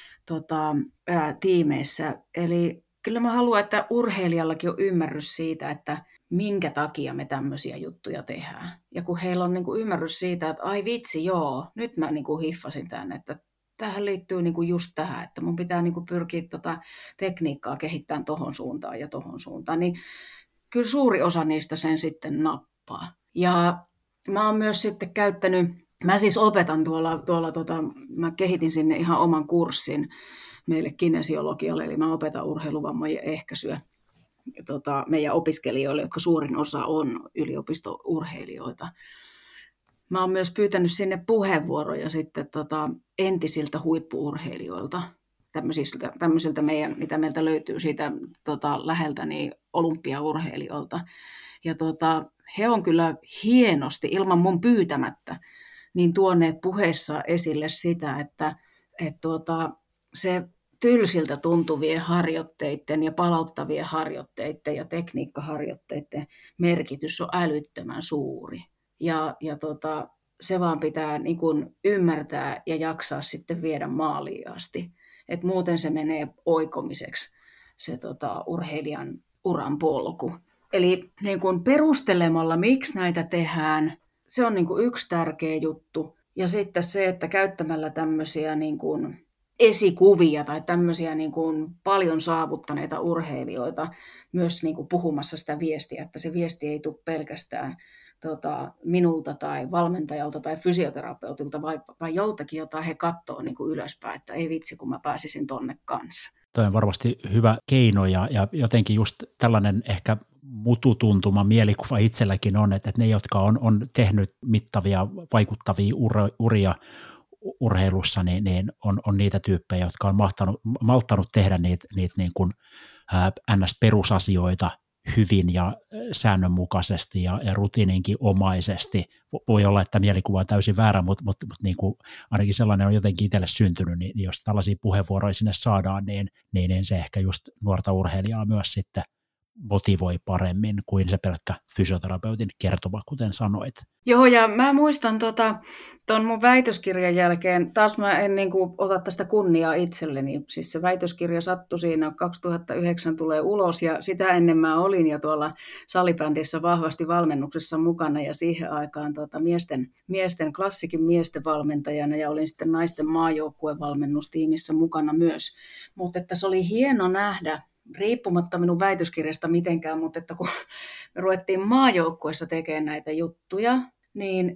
tiimeissä. Eli kyllä mä haluan, että urheilijallakin on ymmärrys siitä, että minkä takia me tämmöisiä juttuja tehdään. Ja kun heillä on niin kuin ymmärrys siitä, että ai vitsi, joo, nyt mä niin kuin hiffasin tämän, että tähän liittyy niin kuin just tähän, että mun pitää niin kuin pyrkiä tekniikkaa kehittämään tohon suuntaan ja tohon suuntaan, niin kyllä suuri osa niistä sen sitten nappaa. Ja mä oon myös sitten käyttänyt, mä siis opetan mä kehitin sinne ihan oman kurssin meille kinesiologialle, eli mä opetan urheiluvammojen ehkäisyä meidän opiskelijoille, jotka suurin osa on yliopistourheilijoita. Mä oon myös pyytänyt sinne puheenvuoroja sitten entisiltä huippu-urheilijoilta, tämmöisiltä mitä meiltä löytyy siitä läheltä niin olympiaurheilijoilta. Ja he on kyllä hienosti, ilman mun pyytämättä, niin tuoneet puheessa esille sitä, että se tylsiltä tuntuvien harjoitteiden ja palauttavien harjoitteiden ja tekniikkaharjoitteiden merkitys on älyttömän suuri. Ja se vaan pitää niin kuin ymmärtää ja jaksaa sitten viedä maaliin asti. Et muuten se menee oikomiseksi se urheilijan uran polku. Eli niin kuin perustelemalla, miksi näitä tehdään, se on niin kuin yksi tärkeä juttu. Ja sitten se, että käyttämällä tämmöisiä niin kuin esikuvia tai tämmöisiä niin kuin paljon saavuttaneita urheilijoita myös niin kuin puhumassa sitä viestiä, että se viesti ei tule pelkästään minulta tai valmentajalta tai fysioterapeutilta, vai joltakin, jota he katsoo niin kuin ylöspäin, että ei vitsi, kun mä pääsisin tonne kanssa. Toi on varmasti hyvä keino ja jotenkin just tällainen ehkä mututuntuma mielikuva itselläkin on, että ne, jotka on tehnyt mittavia, vaikuttavia uria urheilussa, niin on niitä tyyppejä, jotka on malttanut tehdä niitä niin kuin NS-perusasioita hyvin ja säännönmukaisesti ja rutiininkin omaisesti. Voi olla, että mielikuva on täysin väärä, mutta niin kuin ainakin sellainen on jotenkin itselle syntynyt, niin jos tällaisia puheenvuoroja sinne saadaan, niin se ehkä just nuorta urheilijaa myös sitten motivoi paremmin kuin se pelkkä fysioterapeutin kertoma, kuten sanoit. Joo, ja mä muistan ton mun väitöskirjan jälkeen, taas mä en niin kuin ota tästä kunniaa itselleni, siis se väitöskirja sattui siinä, 2009 tulee ulos, ja sitä ennen mä olin jo tuolla salibändissä vahvasti valmennuksessa mukana, ja siihen aikaan miesten klassikin miesten valmentajana, ja olin sitten naisten maajoukkuevalmennustiimissä mukana myös, mutta että se oli hieno nähdä, riippumatta minun väitöskirjasta mitenkään, mutta että kun me ruvettiin maajoukkueessa tekemään näitä juttuja, niin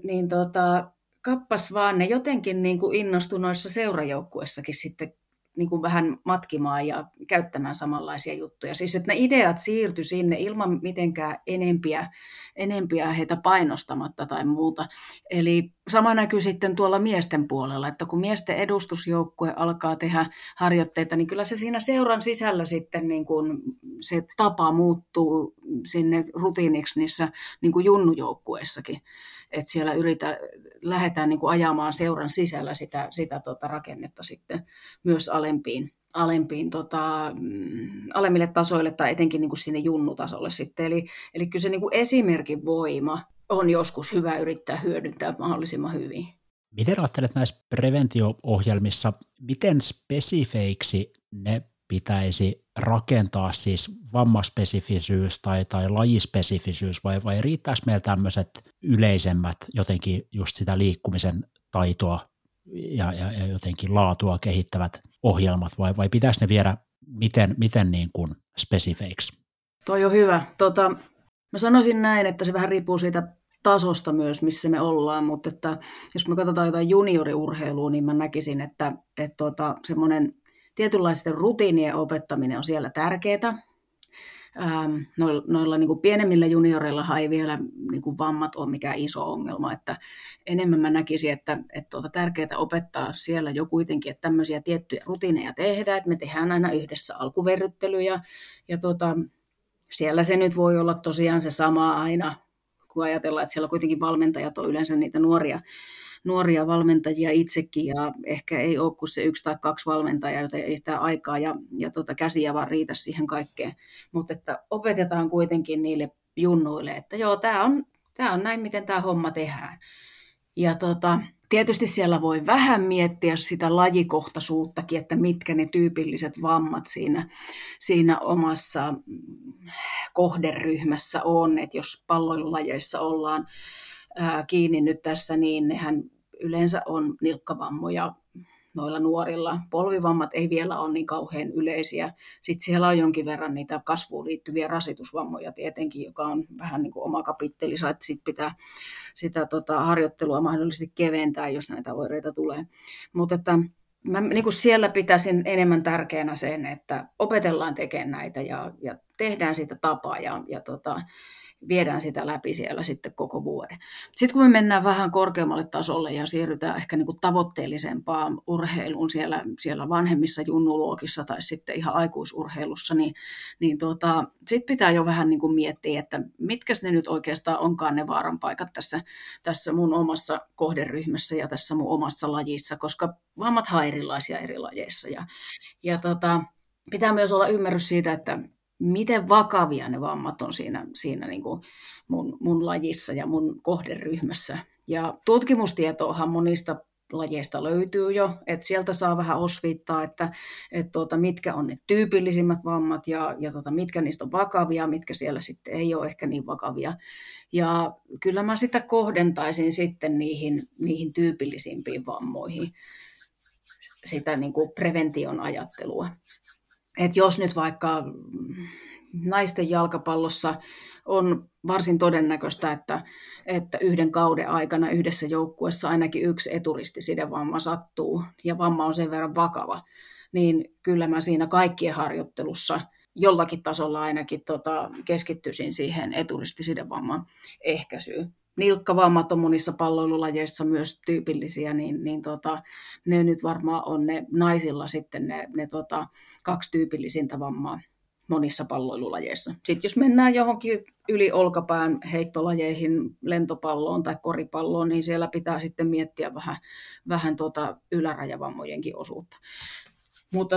kappas vaan ne jotenkin niin kuin innostui noissa seurajoukkueissakin sitten niin kuin vähän matkimaan ja käyttämään samanlaisia juttuja. Siis että ne ideat siirtyi sinne ilman mitenkään enempiä heitä painostamatta tai muuta. Eli sama näkyy sitten tuolla miesten puolella, että kun miesten edustusjoukkue alkaa tehdä harjoitteita, niin kyllä se siinä seuran sisällä sitten niin kuin se tapa muuttuu sinne rutiiniksi niissä niin kuin junnujoukkueissakin. Että siellä lähdetään niin kuin ajamaan seuran sisällä sitä rakennetta sitten myös alemmille tasoille tai etenkin niin kuin sinne junnutasolle sitten. Eli kyllä se niin kuin esimerkin voima on joskus hyvä yrittää hyödyntää mahdollisimman hyvin. Miten ajattelet näissä preventio-ohjelmissa, miten spesifeiksi ne pitäisi rakentaa, siis vammaspesifisyys tai lajispesifisyys, vai riittääkö meillä tämmöiset yleisemmät jotenkin just sitä liikkumisen taitoa ja jotenkin laatua kehittävät ohjelmat, vai pitäisi ne viedä miten niin kuin spesifeiksi? Toi on hyvä. Mä sanoisin näin, että se vähän riippuu siitä tasosta myös, missä me ollaan, mutta että jos me katsotaan jotain junioriurheilua, niin mä näkisin, että semmoinen tietynlaisten rutiinien opettaminen on siellä tärkeää. Noilla niin kuin pienemmillä junioreilla ei vielä niin kuin vammat ole mikään iso ongelma, että enemmän mä näkisin, että tärkeää opettaa siellä jo kuitenkin, että tämmöisiä tiettyjä rutiineja tehdään, että me tehdään aina yhdessä alkuverryttely ja siellä se nyt voi olla tosiaan se sama aina, kun ajatellaan, että siellä kuitenkin valmentajat on yleensä niitä nuoria valmentajia itsekin, ja ehkä ei ole kuin se 1 tai 2 valmentajaa, joten ei sitä aikaa ja käsiä vaan riitä siihen kaikkeen. Mutta että opetetaan kuitenkin niille junnuille, että joo, tämä on näin, miten tämä homma tehdään. Ja tietysti siellä voi vähän miettiä sitä lajikohtaisuuttakin, että mitkä ne tyypilliset vammat siinä omassa kohderyhmässä on, että jos palloilulajeissa ollaan kiinni nyt tässä, niin nehän yleensä on nilkkavammoja noilla nuorilla. Polvivammat ei vielä ole niin kauhean yleisiä. Sitten siellä on jonkin verran niitä kasvuun liittyviä rasitusvammoja tietenkin, joka on vähän niin kuin oma kapittelinsa, että sitten pitää sitä harjoittelua mahdollisesti keventää, jos näitä oireita tulee. Mutta että mä niin kuin siellä pitäisin enemmän tärkeänä sen, että opetellaan tekemään näitä ja tehdään siitä tapaa ja viedään sitä läpi siellä sitten koko vuoden. Sitten kun me mennään vähän korkeammalle tasolle ja siirrytään ehkä niin kuin tavoitteellisempaan urheiluun siellä vanhemmissa junnuluokissa tai sitten ihan aikuisurheilussa, niin sitten pitää jo vähän niin kuin miettiä, että mitkä ne nyt oikeastaan onkaan ne vaaran paikat tässä mun omassa kohderyhmässä ja tässä mun omassa lajissa, koska vammathan on erilaisia eri lajeissa. Ja pitää myös olla ymmärrys siitä, että miten vakavia ne vammat on siinä niin kuin mun lajissa ja mun kohderyhmässä. Ja tutkimustietoahan monista lajeista löytyy jo, että sieltä saa vähän osviittaa, että mitkä on ne tyypillisimmät vammat ja mitkä niistä on vakavia, mitkä siellä sitten ei ole ehkä niin vakavia. Ja kyllä mä sitä kohdentaisin sitten niihin tyypillisimpiin vammoihin, sitä niin kuin prevention ajattelua. Että jos nyt vaikka naisten jalkapallossa on varsin todennäköistä, että yhden kauden aikana yhdessä joukkueessa ainakin yksi eturistisidevamma sattuu ja vamma on sen verran vakava, niin kyllä mä siinä kaikkien harjoittelussa jollakin tasolla ainakin keskittyisin siihen eturistisidevamman ehkäisyyn. Nilkkavammat on monissa palloilulajeissa myös tyypillisiä, niin ne nyt varmaan on ne naisilla sitten ne 2 tyypillisintä vammaa monissa palloilulajeissa. Sitten jos mennään johonkin yli olkapään heittolajeihin, lentopalloon tai koripalloon, niin siellä pitää sitten miettiä vähän ylärajavammojenkin osuutta. Mutta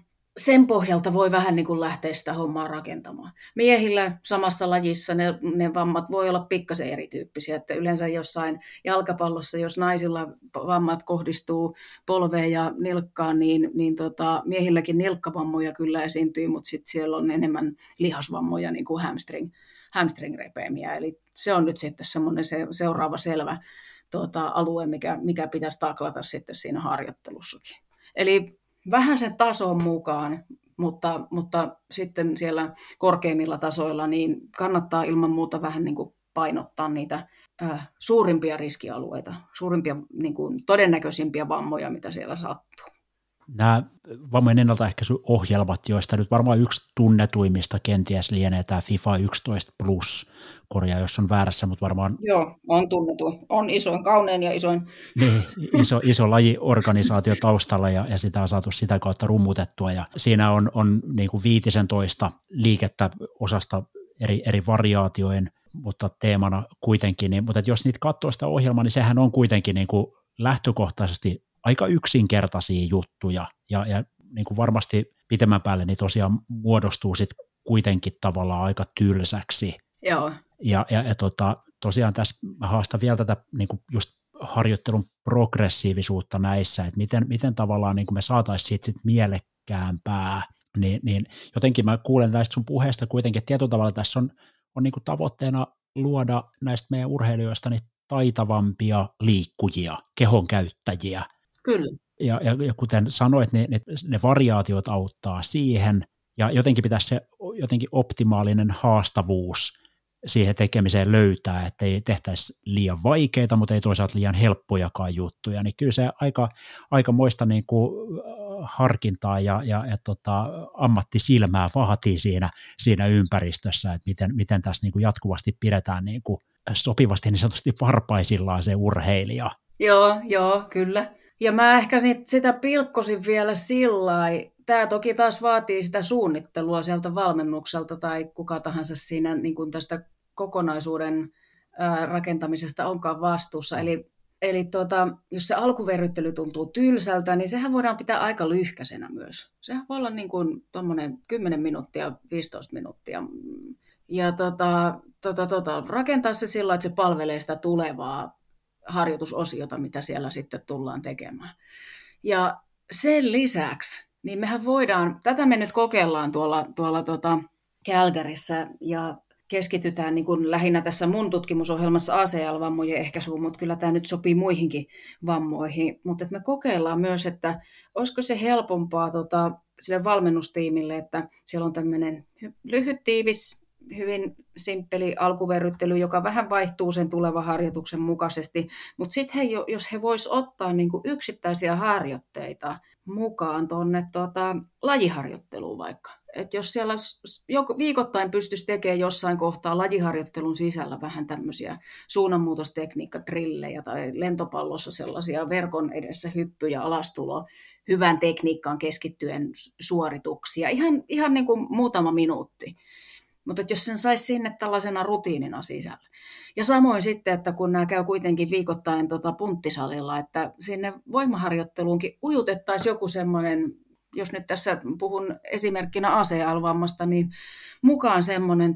sen pohjalta voi vähän niin kuin lähteä sitä hommaa rakentamaan. Miehillä samassa lajissa ne vammat voi olla pikkasen erityyppisiä, että yleensä jossain jalkapallossa, jos naisilla vammat kohdistuu polveen ja nilkkaan, niin miehilläkin nilkkavammoja kyllä esiintyy, mutta sitten siellä on enemmän lihasvammoja, niin kuin hamstring-repeämiä. Eli se on nyt sitten semmoinen seuraava selvä alue, mikä pitäisi taklata sitten siinä harjoittelussakin. Eli vähän sen tason mukaan, mutta sitten siellä korkeimmilla tasoilla niin kannattaa ilman muuta vähän niin kuin painottaa niitä suurimpia riskialueita, suurimpia niin kuin todennäköisimpiä vammoja, mitä siellä sattuu. Nämä vammojen ennaltaehkäisyohjelmat, joista nyt varmaan yksi tunnetuimmista kenties lienee tämä FIFA 11 Plus, korjaa jos on väärässä, mutta varmaan... Joo, on tunnettu. On kaunein ja isoin. Niin, iso lajiorganisaatio taustalla ja sitä on saatu sitä kautta rummutettua ja siinä on niin kuin 15 liikettä osasta eri variaatioiden, mutta teemana kuitenkin. Mutta jos niitä katsoo sitä ohjelmaa, niin sehän on kuitenkin niin kuin lähtökohtaisesti aika yksinkertaisia juttuja ja niin kuin varmasti pitemmän päälle niin tosiaan muodostuu sitten kuitenkin tavallaan aika tylsäksi. Joo. Ja tosiaan tässä mä haastan vielä tätä niin kuin just harjoittelun progressiivisuutta näissä, että miten tavallaan niin kuin me saataisiin siitä sit mielekkäämpää, niin jotenkin mä kuulen tästä sun puheesta kuitenkin, että tietyllä tavalla tässä on niin kuin tavoitteena luoda näistä meidän urheilijoista niin taitavampia liikkujia, kehon käyttäjiä. Kyllä. Ja kuten sanoit, ne variaatiot auttaa siihen, ja jotenkin pitäisi se jotenkin optimaalinen haastavuus siihen tekemiseen löytää, että ei tehtäisi liian vaikeita, mutta ei toisaalta liian helppojakaan juttuja, niin kyllä se aikamoista niin kuin harkintaa ja ammattisilmää vaatii siinä ympäristössä, että miten tässä niin kuin jatkuvasti pidetään niin kuin sopivasti niin sanotusti varpaisillaan se urheilija. Joo, kyllä. Ja mä ehkä sitä pilkkosin vielä sillai. Tämä toki taas vaatii sitä suunnittelua sieltä valmennukselta tai kuka tahansa siinä niin kuin tästä kokonaisuuden rakentamisesta onkaan vastuussa. Eli jos se alkuverryttely tuntuu tylsältä, niin sehän voidaan pitää aika lyhkäisenä myös. Sehän voi olla niin kuin 10 minuuttia, 15 minuuttia. Ja rakentaa se sillä, että se palvelee sitä tulevaa harjoitusosiota, mitä siellä sitten tullaan tekemään. Ja sen lisäksi, niin mehän voidaan, tätä me nyt kokeillaan tuolla Calgaryssä ja keskitytään niin kuin lähinnä tässä mun tutkimusohjelmassa ACL-vammojen ehkäisyyn, mutta kyllä tämä nyt sopii muihinkin vammoihin. Mutta me kokeillaan myös, että olisiko se helpompaa sille valmennustiimille, että siellä on tämmöinen lyhyt, tiivis, hyvin simppeli alkuverryttely, joka vähän vaihtuu sen tulevan harjoituksen mukaisesti. Mutta sitten jos he vois ottaa niin kuin yksittäisiä harjoitteita mukaan tuonne lajiharjoitteluun vaikka. Että jos siellä viikoittain pystyisi tekemään jossain kohtaa lajiharjoittelun sisällä vähän tämmöisiä suunnanmuutostekniikka-drillejä tai lentopallossa sellaisia verkon edessä hyppyjä, alastulo, hyvän tekniikkaan keskittyen suorituksia, ihan niin kuin muutama minuutti. Mutta jos sen saisi sinne tällaisena rutiinina sisällä. Ja samoin sitten, että kun nämä käy kuitenkin viikoittain punttisalilla, että sinne voimaharjoitteluunkin ujutettaisiin joku semmoinen, jos nyt tässä puhun esimerkkinä ACL-vammasta, niin mukaan semmoinen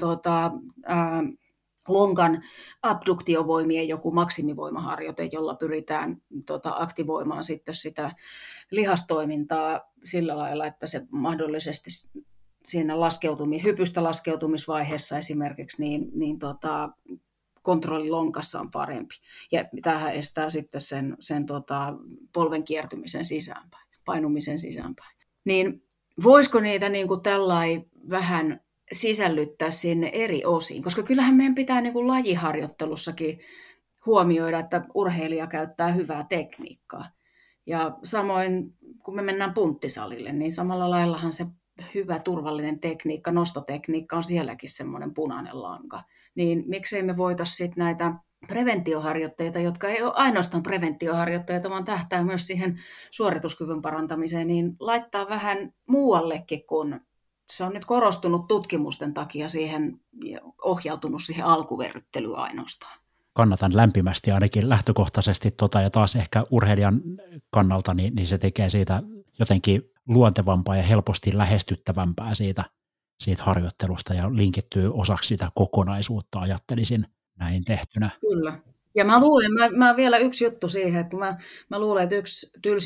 lonkan abduktiovoimien joku maksimivoimaharjoite, jolla pyritään aktivoimaan sitten sitä lihastoimintaa sillä lailla, että se mahdollisesti siinä hypystä laskeutumisvaiheessa esimerkiksi, niin kontrolli lonkassa on parempi. Ja tämähän estää sitten sen polven kiertymisen sisäänpäin, painumisen sisäänpäin. Niin voisiko niitä niin kuin tällainen vähän sisällyttää sinne eri osiin? Koska kyllähän meidän pitää niin kuin lajiharjoittelussakin huomioida, että urheilija käyttää hyvää tekniikkaa. Ja samoin, kun me mennään punttisalille, niin samalla laillahan se hyvä turvallinen tekniikka, nostotekniikka on sielläkin semmoinen punainen lanka. Niin miksei me voitaisiin sitten näitä preventioharjoitteita, jotka ei ole ainoastaan preventioharjoitteita, vaan tähtää myös siihen suorituskyvyn parantamiseen, niin laittaa vähän muuallekin, kun se on nyt korostunut tutkimusten takia siihen ja ohjautunut siihen alkuverryttelyyn ainoastaan. Kannatan lämpimästi ainakin lähtökohtaisesti ja taas ehkä urheilijan kannalta, niin se tekee siitä jotenkin luontevampaa ja helposti lähestyttävämpää siitä harjoittelusta ja linkittyy osaksi sitä kokonaisuutta, ajattelisin näin tehtynä. Kyllä. Ja mä luulen, mä vielä yksi juttu siihen, että mä luulen, että yksi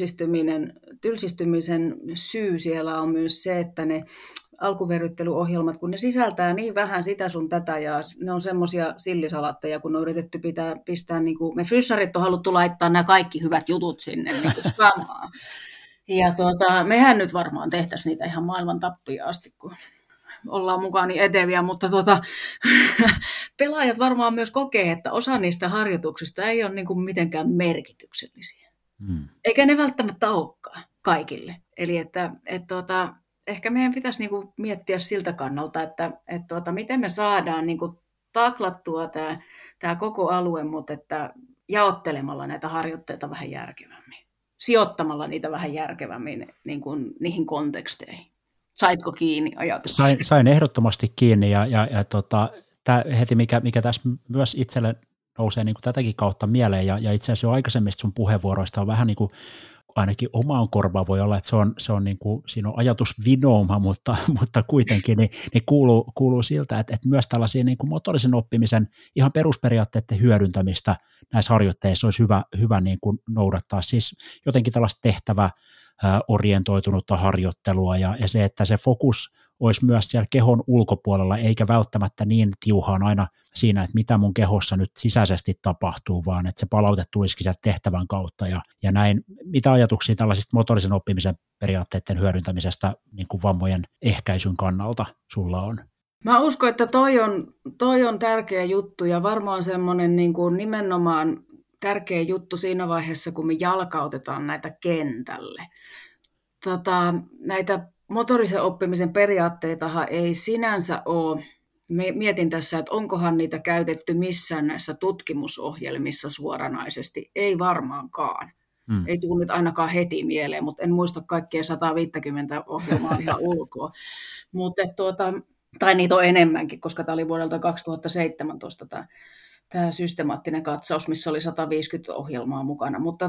tylsistymisen syy siellä on myös se, että ne alkuverryttelyohjelmat, kun ne sisältää niin vähän sitä sun tätä ja ne on semmoisia sillisalatteja, kun on yritetty pistää, niin kuin, me fyssarit on haluttu laittaa nämä kaikki hyvät jutut sinne niin kuin samaan. Ja mehän nyt varmaan tehtäisiin niitä ihan maailman tappia asti, kun ollaan mukaan niin eteviä, mutta pelaajat varmaan myös kokee, että osa niistä harjoituksista ei ole niin kuin mitenkään merkityksellisiä. Eikä ne välttämättä olekaan kaikille. Eli että ehkä meidän pitäisi niin kuin miettiä siltä kannalta, että miten me saadaan niin kuin taklattua tämä koko alue, mutta että jaottelemalla näitä harjoitteita vähän järkevämmin. Sijoittamalla niitä vähän järkevämmin niin kuin niihin konteksteihin. Saitko kiinni ajatus? Sain ehdottomasti kiinni ja tämä heti, mikä tässä myös itselle nousee niin kuin tätäkin kautta mieleen ja itse asiassa jo aikaisemmista sun puheenvuoroista on vähän niin kuin ainakin omaan korvaan voi olla, että se on niin kuin, siinä on ajatusvinouma, mutta kuitenkin niin kuuluu siltä, että myös tällaisia niin kuin motorisen oppimisen ihan perusperiaatteiden hyödyntämistä näissä harjoitteissa olisi hyvä niin kuin noudattaa. Siis jotenkin tällaista tehtäväorientoitunutta harjoittelua ja se, että se fokus olisi myös siellä kehon ulkopuolella, eikä välttämättä niin tiuhaan aina siinä, että mitä mun kehossa nyt sisäisesti tapahtuu, vaan että se palaute tulisikin sieltä tehtävän kautta ja näin. Mitä ajatuksia tällaisista motorisen oppimisen periaatteiden hyödyntämisestä niin kuin vammojen ehkäisyn kannalta sulla on? Mä uskon, että toi on tärkeä juttu ja varmaan semmoinen niin kuin nimenomaan tärkeä juttu siinä vaiheessa, kun me jalkautetaan näitä kentälle. Näitä motorisen oppimisen periaatteitahan ei sinänsä ole, mietin tässä, että onkohan niitä käytetty missään näissä tutkimusohjelmissa suoranaisesti, ei varmaankaan. Ei tule nyt ainakaan heti mieleen, mutta en muista kaikkia 150 ohjelmaa ihan ulkoa. Tai niitä on enemmänkin, koska tämä oli vuodelta 2017 tämä systemaattinen katsaus, missä oli 150 ohjelmaa mukana. Mutta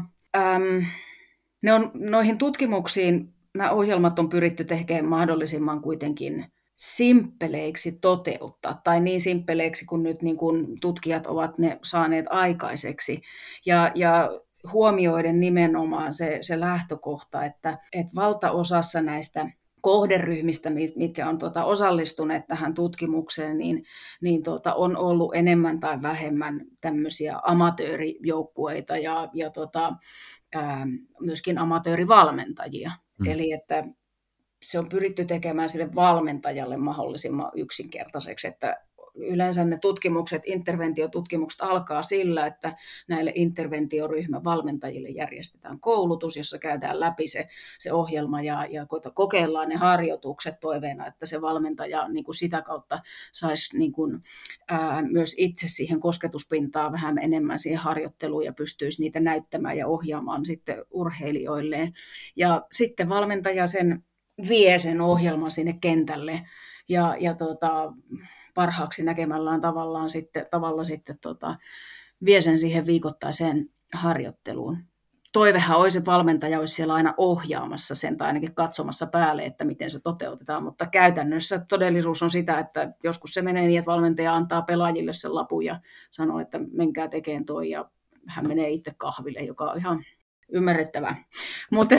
noihin tutkimuksiin nämä ohjelmat on pyritty tekemään mahdollisimman kuitenkin simppeleiksi toteuttaa, tai niin simppeleiksi kuin nyt niin kuin tutkijat ovat ne saaneet aikaiseksi. Ja huomioiden nimenomaan se lähtökohta, että valtaosassa näistä kohderyhmistä, mitkä on osallistuneet tähän tutkimukseen, niin on ollut enemmän tai vähemmän tämmöisiä amatöörijoukkueita ja myöskin amatöörivalmentajia. Eli että se on pyritty tekemään sille valmentajalle mahdollisimman yksinkertaiseksi, että yleensä ne interventiotutkimukset alkaa sillä, että näille interventioryhmän valmentajille järjestetään koulutus, jossa käydään läpi se ohjelma ja kokeillaan ne harjoitukset toiveena, että se valmentaja niin kuin sitä kautta saisi niin kuin, myös itse siihen kosketuspintaan vähän enemmän siihen harjoitteluun ja pystyisi niitä näyttämään ja ohjaamaan sitten urheilijoilleen. Ja sitten valmentaja vie sen ohjelman sinne kentälle ja parhaaksi näkemällään tavalla sitten vie sen siihen viikoittaiseen harjoitteluun. Toivehan olisi, että valmentaja olisi siellä aina ohjaamassa sen tai ainakin katsomassa päälle, että miten se toteutetaan, mutta käytännössä todellisuus on sitä, että joskus se menee niin, että valmentaja antaa pelaajille sen lapun ja sanoo, että menkää tekemään toi ja hän menee itse kahville, joka on ihan ymmärrettävää. Mutta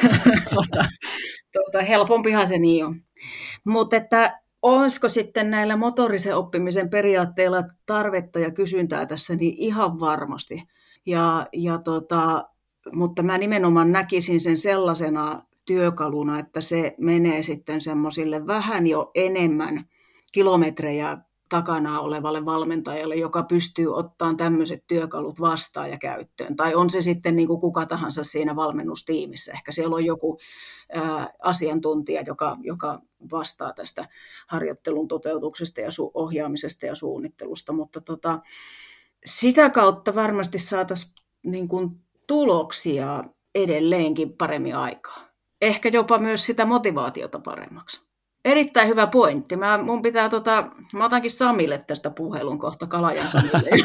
helpompihan se niin on. Mutta että olisiko sitten näillä motorisen oppimisen periaatteilla tarvetta ja kysyntää tässä, niin ihan varmasti. Mutta mä nimenomaan näkisin sen sellaisena työkaluna, että se menee sitten semmoisille vähän jo enemmän kilometrejä takana olevalle valmentajalle, joka pystyy ottamaan tämmöiset työkalut vastaan ja käyttöön. Tai on se sitten niin kuin kuka tahansa siinä valmennustiimissä. Ehkä siellä on joku asiantuntija, joka vastaa tästä harjoittelun toteutuksesta ja ohjaamisesta ja suunnittelusta. Mutta sitä kautta varmasti saataisiin niin kuin tuloksia edelleenkin paremmin aikaa. Ehkä jopa myös sitä motivaatiota paremmaksi. Erittäin hyvä pointti. Mä otankin Samille tästä puhelun kohta, Kalajan Samille.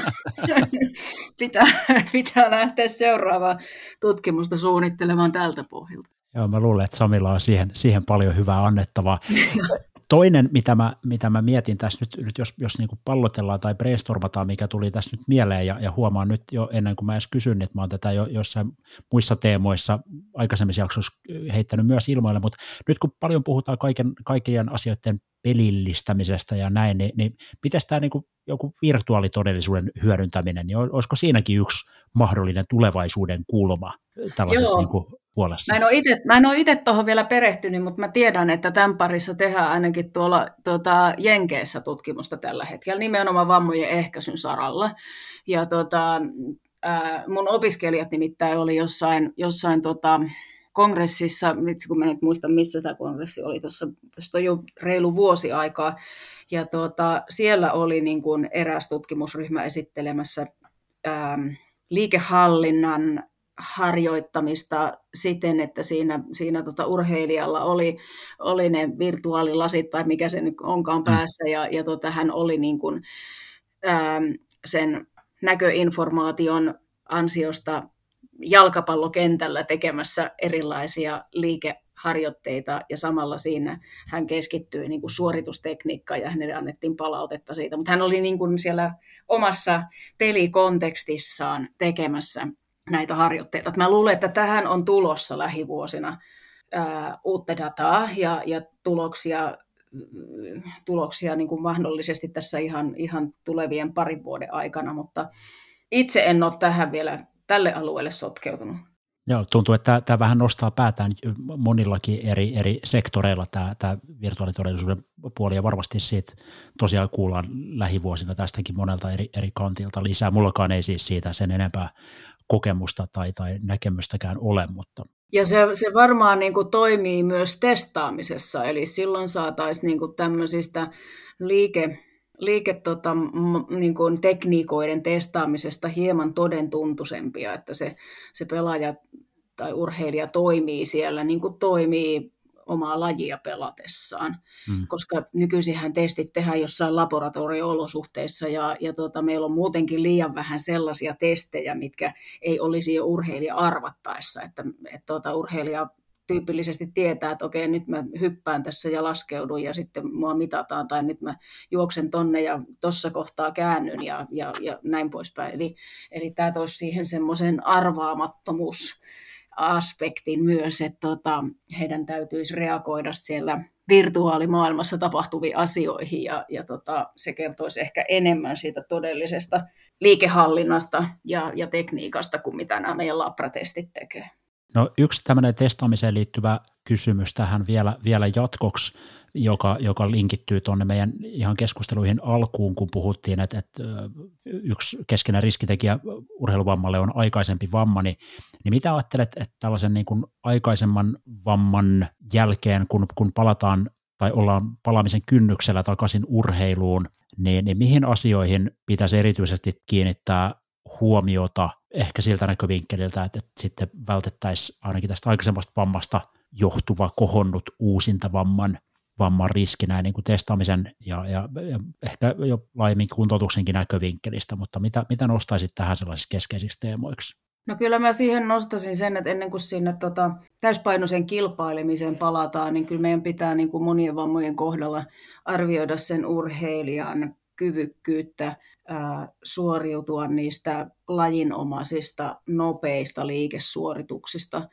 pitää lähteä seuraavaa tutkimusta suunnittelemaan tältä pohjalta. Joo, mä luulen, että Samilla on siihen paljon hyvää annettavaa. Toinen, mitä mä mietin tässä nyt jos niin kuin pallotellaan tai brainstormataan, mikä tuli tässä nyt mieleen, ja huomaan nyt jo ennen kuin mä edes kysyn, että mä oon tätä jo jossain muissa teemoissa aikaisemmissa jaksoissa heittänyt myös ilmoille, mutta nyt kun paljon puhutaan kaikkien asioiden pelillistämisestä ja näin, niin pitäisi tämä niin kuin joku virtuaalitodellisuuden hyödyntäminen, niin olisiko siinäkin yksi mahdollinen tulevaisuuden kulma tällaisessa niin kuin puolessa? Mä en ole itse tuohon vielä perehtynyt, mutta mä tiedän, että tämän parissa tehdään ainakin tuolla Jenkeissä tutkimusta tällä hetkellä, nimenomaan vammojen ehkäisyn saralla. Ja mun opiskelijat nimittäin oli jossain kongressissa, kun mä nyt muistan, missä tämä kongressi oli, tästä on jo reilu vuosi aikaa, ja siellä oli niin kuin eräs tutkimusryhmä esittelemässä liikehallinnan harjoittamista siten, että siinä urheilijalla oli ne virtuaalilasit tai mikä se nyt onkaan päässä, ja hän oli niin kuin, sen näköinformaation ansiosta jalkapallokentällä tekemässä erilaisia liikeharjoitteita, ja samalla siinä hän keskittyi niin kuin suoritustekniikkaan ja hänelle annettiin palautetta siitä, mutta hän oli niin kuin siellä omassa pelikontekstissaan tekemässä näitä harjoitteita. Mä luulen, että tähän on tulossa lähivuosina uutta dataa ja tuloksia niin kuin mahdollisesti tässä ihan tulevien parin vuoden aikana, mutta itse en ole tähän vielä tälle alueelle sotkeutunut. Joo, tuntuu, että tämä vähän nostaa päätään monillakin eri sektoreilla tämä virtuaalitodellisuuden puoli, ja varmasti siitä tosiaan kuullaan lähivuosina tästäkin monelta eri kantilta lisää. Mullakaan ei siis siitä sen enempää kokemusta tai näkemystäkään ole, mutta... Ja se varmaan niin kuin toimii myös testaamisessa, eli silloin saataisiin niin kuin tämmöisistä niin kuin tekniikoiden testaamisesta hieman todentuntuisempia, että se pelaaja tai urheilija toimii siellä niin kuin toimii omaa lajia pelatessaan, koska nykyisinhän testit tehdään jossain laboratorio-olosuhteissa ja meillä on muutenkin liian vähän sellaisia testejä, mitkä ei olisi jo urheilija arvattaessa, että urheilija tyypillisesti tietää, että okei, nyt mä hyppään tässä ja laskeudun ja sitten mua mitataan, tai nyt mä juoksen tonne ja tuossa kohtaa käännyn ja näin poispäin. Eli tämä toisi siihen semmoisen arvaamattomuusaspektin myös, että heidän täytyisi reagoida siellä virtuaalimaailmassa tapahtuviin asioihin ja se kertoisi ehkä enemmän siitä todellisesta liikehallinnasta ja tekniikasta kuin mitä nämä meidän labratestit tekee. No yksi tämmöinen testaamiseen liittyvä kysymys tähän vielä jatkoksi, joka linkittyy tuonne meidän ihan keskusteluihin alkuun, kun puhuttiin, että yksi keskeinen riskitekijä urheiluvammalle on aikaisempi vamma, niin mitä ajattelet, että tällaisen niin kuin aikaisemman vamman jälkeen, kun palataan tai ollaan palaamisen kynnyksellä takaisin urheiluun, niin mihin asioihin pitäisi erityisesti kiinnittää huomiota ehkä siltä näkövinkkeliltä, että sitten vältettäisiin ainakin tästä aikaisemmasta vammasta johtuva kohonnut uusinta vamman riski näin niin kuin testaamisen ja ehkä jo laajemmin kuntoutuksenkin näkövinkkelistä, mutta mitä nostaisit tähän sellaisiksi keskeisiksi teemoiksi? No kyllä mä siihen nostaisin sen, että ennen kuin sinne täyspainoisen kilpailemiseen palataan, niin kyllä meidän pitää niin kuin monien vammojen kohdalla arvioida sen urheilijan kyvykkyyttä suoriutua niistä lajinomaisista nopeista liikesuorituksista,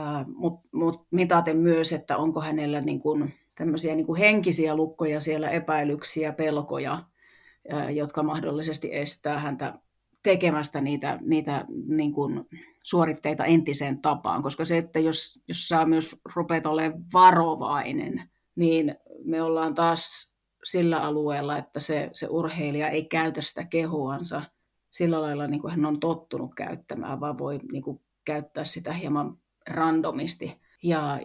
mutta mitaten myös, että onko hänellä niin kuin tämmöisiä niin kuin henkisiä lukkoja siellä, epäilyksiä, pelkoja, jotka mahdollisesti estää häntä tekemästä niitä niin kuin suoritteita entiseen tapaan, koska se, että jos sä myös rupeat olemaan varovainen, niin me ollaan taas sillä alueella, että se urheilija ei käytä sitä kehuansa sillä lailla, niin kuin hän on tottunut käyttämään, vaan voi niin kuin käyttää sitä hieman randomisti. Ja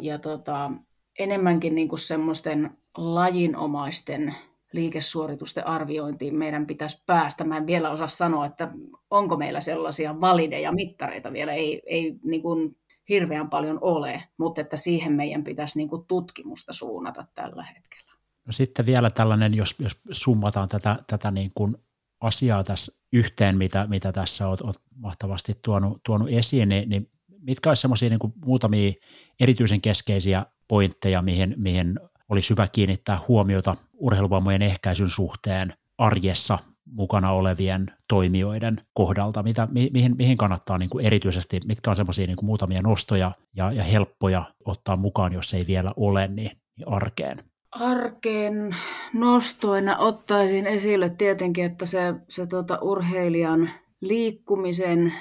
enemmänkin niin kuin semmoisten lajinomaisten liikesuoritusten arviointiin meidän pitäisi päästä. Mä en vielä osaa sanoa, että onko meillä sellaisia valideja mittareita vielä, ei niin kuin hirveän paljon ole, mutta että siihen meidän pitäisi niin kuin tutkimusta suunnata tällä hetkellä. No sitten vielä tällainen, jos summataan tätä niin kuin asiaa tässä yhteen, mitä tässä olet mahtavasti tuonut esiin, niin mitkä olisi semmoisia niin kuin muutamia erityisen keskeisiä pointteja, mihin olisi hyvä kiinnittää huomiota urheiluvammojen ehkäisyn suhteen arjessa mukana olevien toimijoiden kohdalta, mihin kannattaa niin kuin erityisesti, mitkä on semmoisia niin kuin muutamia nostoja ja helppoja ottaa mukaan, jos ei vielä ole, niin arkeen. Arkeen nostoina ottaisin esille tietenkin, että se urheilijan liikkumisen,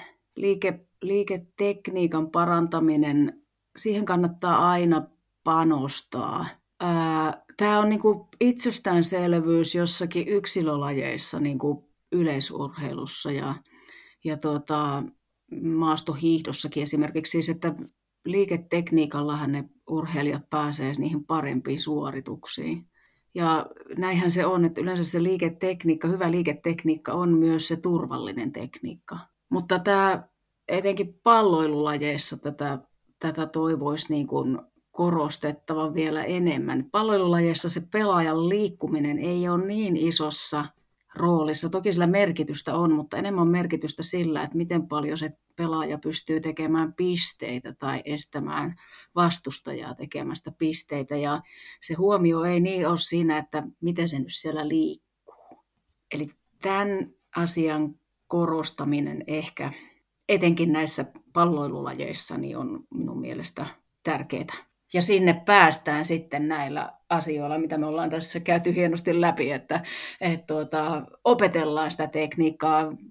liiketekniikan parantaminen, siihen kannattaa aina panostaa. Tämä on niin kuin itsestäänselvyys jossakin yksilölajeissa, niin kuin yleisurheilussa ja maastohiihdossakin esimerkiksi, siis että liiketekniikallahan ne urheilijat pääsee niihin parempiin suorituksiin. Ja näinhän se on, että yleensä se liiketekniikka, hyvä liiketekniikka on myös se turvallinen tekniikka. Mutta tämä etenkin palloilulajeissa tätä toivoisi niin kuin korostettavan vielä enemmän. Palloilulajeissa se pelaajan liikkuminen ei ole niin isossa roolissa. Toki sillä merkitystä on, mutta enemmän merkitystä sillä, että miten paljon se pelaaja pystyy tekemään pisteitä tai estämään vastustajaa tekemästä pisteitä. Ja se huomio ei niin ole siinä, että miten se nyt siellä liikkuu. Eli tämän asian korostaminen ehkä etenkin näissä palloilulajeissa niin on minun mielestä tärkeää. Ja sinne päästään sitten näillä asioilla, mitä me ollaan tässä käyty hienosti läpi, että opetellaan sitä tekniikkaa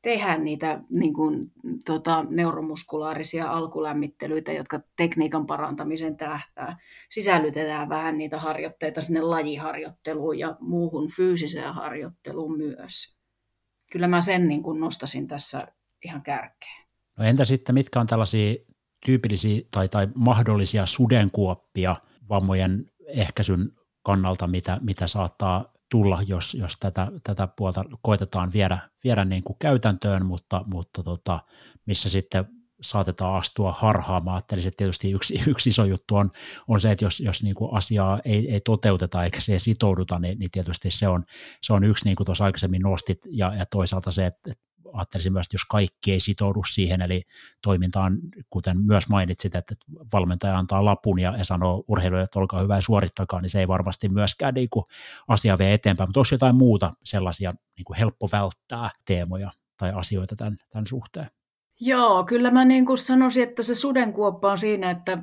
tehdä niitä niin kuin, neuromuskulaarisia alkulämmittelyitä, jotka tekniikan parantamisen tähtää. Sisällytetään vähän niitä harjoitteita sinne lajiharjoitteluun ja muuhun fyysiseen harjoitteluun myös. Kyllä mä sen niin kuin nostasin tässä ihan kärkeen. No entä sitten, mitkä on tällaisia tyypillisiä tai mahdollisia sudenkuoppia vammojen ehkäisyn kannalta, mitä saattaa tulla, jos tätä puolta koitetaan viedä niin kuin käytäntöön, mutta missä sitten saatetaan astua harhaan. Mä ajattelisin, että tietysti yksi iso juttu on se, että jos niin kuin asiaa ei toteuteta eikä siihen sitouduta, niin tietysti se on yksi, niin kuin tuossa aikaisemmin nostit, ja toisaalta se, että ajattelisin myös, että jos kaikki ei sitoudu siihen, eli toimintaan, kuten myös mainitsit, että valmentaja antaa lapun ja sanoo urheilijoille, että olkaa hyvä ja suorittakaa, niin se ei varmasti myöskään niin kuin asiaa vie eteenpäin, mutta olisi jotain muuta sellaisia niin kuin helppo välttää teemoja tai asioita tämän suhteen. Joo, kyllä mä niin kuin sanoisin, että se sudenkuoppa on siinä, että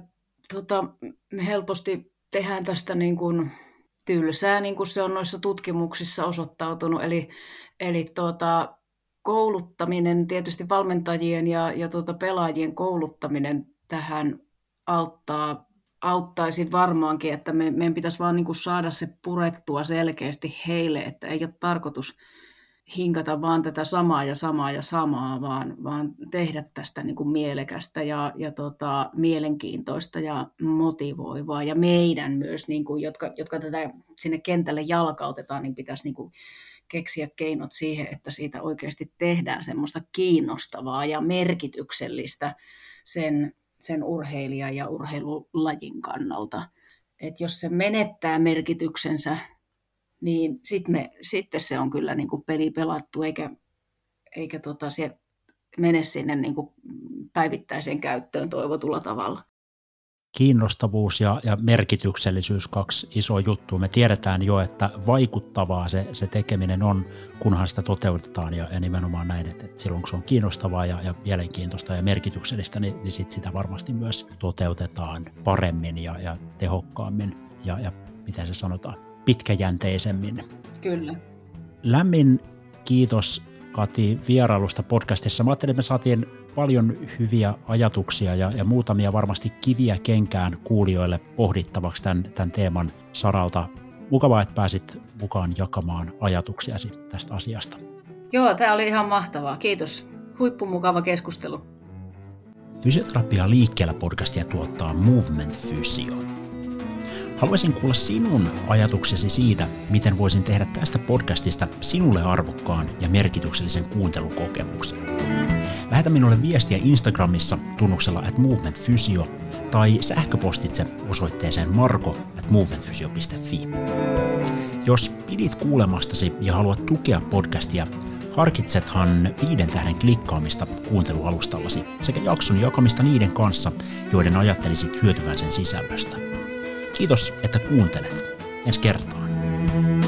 me helposti tehdään tästä niin kuin tylsää, niin kuin se on noissa tutkimuksissa osoittautunut, eli kouluttaminen, tietysti valmentajien ja pelaajien kouluttaminen tähän auttaisi varmaankin, että meidän pitäisi vaan niin kuin saada se purettua selkeästi heille, että ei ole tarkoitus hinkata vaan tätä samaa, vaan tehdä tästä niin kuin mielekästä ja mielenkiintoista ja motivoivaa. Ja meidän myös, niin kuin, jotka tätä sinne kentälle jalkautetaan, niin pitäisi niin kuin keksiä keinot siihen, että siitä oikeasti tehdään semmoista kiinnostavaa ja merkityksellistä sen urheilijan ja urheilulajin kannalta. Et jos se menettää merkityksensä, niin sitten se on kyllä niin kuin peli pelattu, eikä se mene sinne niin kuin päivittäiseen käyttöön toivotulla tavalla. Kiinnostavuus ja merkityksellisyys, 2 isoa juttua. Me tiedetään jo, että vaikuttavaa se tekeminen on, kunhan sitä toteutetaan ja nimenomaan näin, että silloin kun se on kiinnostavaa ja mielenkiintoista ja merkityksellistä, niin sit sitä varmasti myös toteutetaan paremmin ja tehokkaammin ja miten se sanotaan, pitkäjänteisemmin. Kyllä. Lämmin kiitos Kati vierailusta podcastissa. Mä ajattelin, että me saatiin paljon hyviä ajatuksia ja muutamia varmasti kiviä kenkään kuulijoille pohdittavaksi tämän teeman saralta. Mukavaa, että pääsit mukaan jakamaan ajatuksiasi tästä asiasta. Joo, tämä oli ihan mahtavaa. Kiitos. Huippumukava keskustelu. Fysioterapia liikkeellä podcastia tuottaa Movement Physio. Haluaisin kuulla sinun ajatuksesi siitä, miten voisin tehdä tästä podcastista sinulle arvokkaan ja merkityksellisen kuuntelukokemuksen. Lähetä minulle viestiä Instagramissa tunnuksella @movementphysio tai sähköpostitse osoitteeseen marko@movementphysio.fi. Jos pidit kuulemastasi ja haluat tukea podcastia, harkitsethan 5 tähden klikkaamista kuuntelualustallasi sekä jakson jakamista niiden kanssa, joiden ajattelisit hyötyvän sen sisällöstä. Kiitos, että kuuntelet. Ensi kertaan.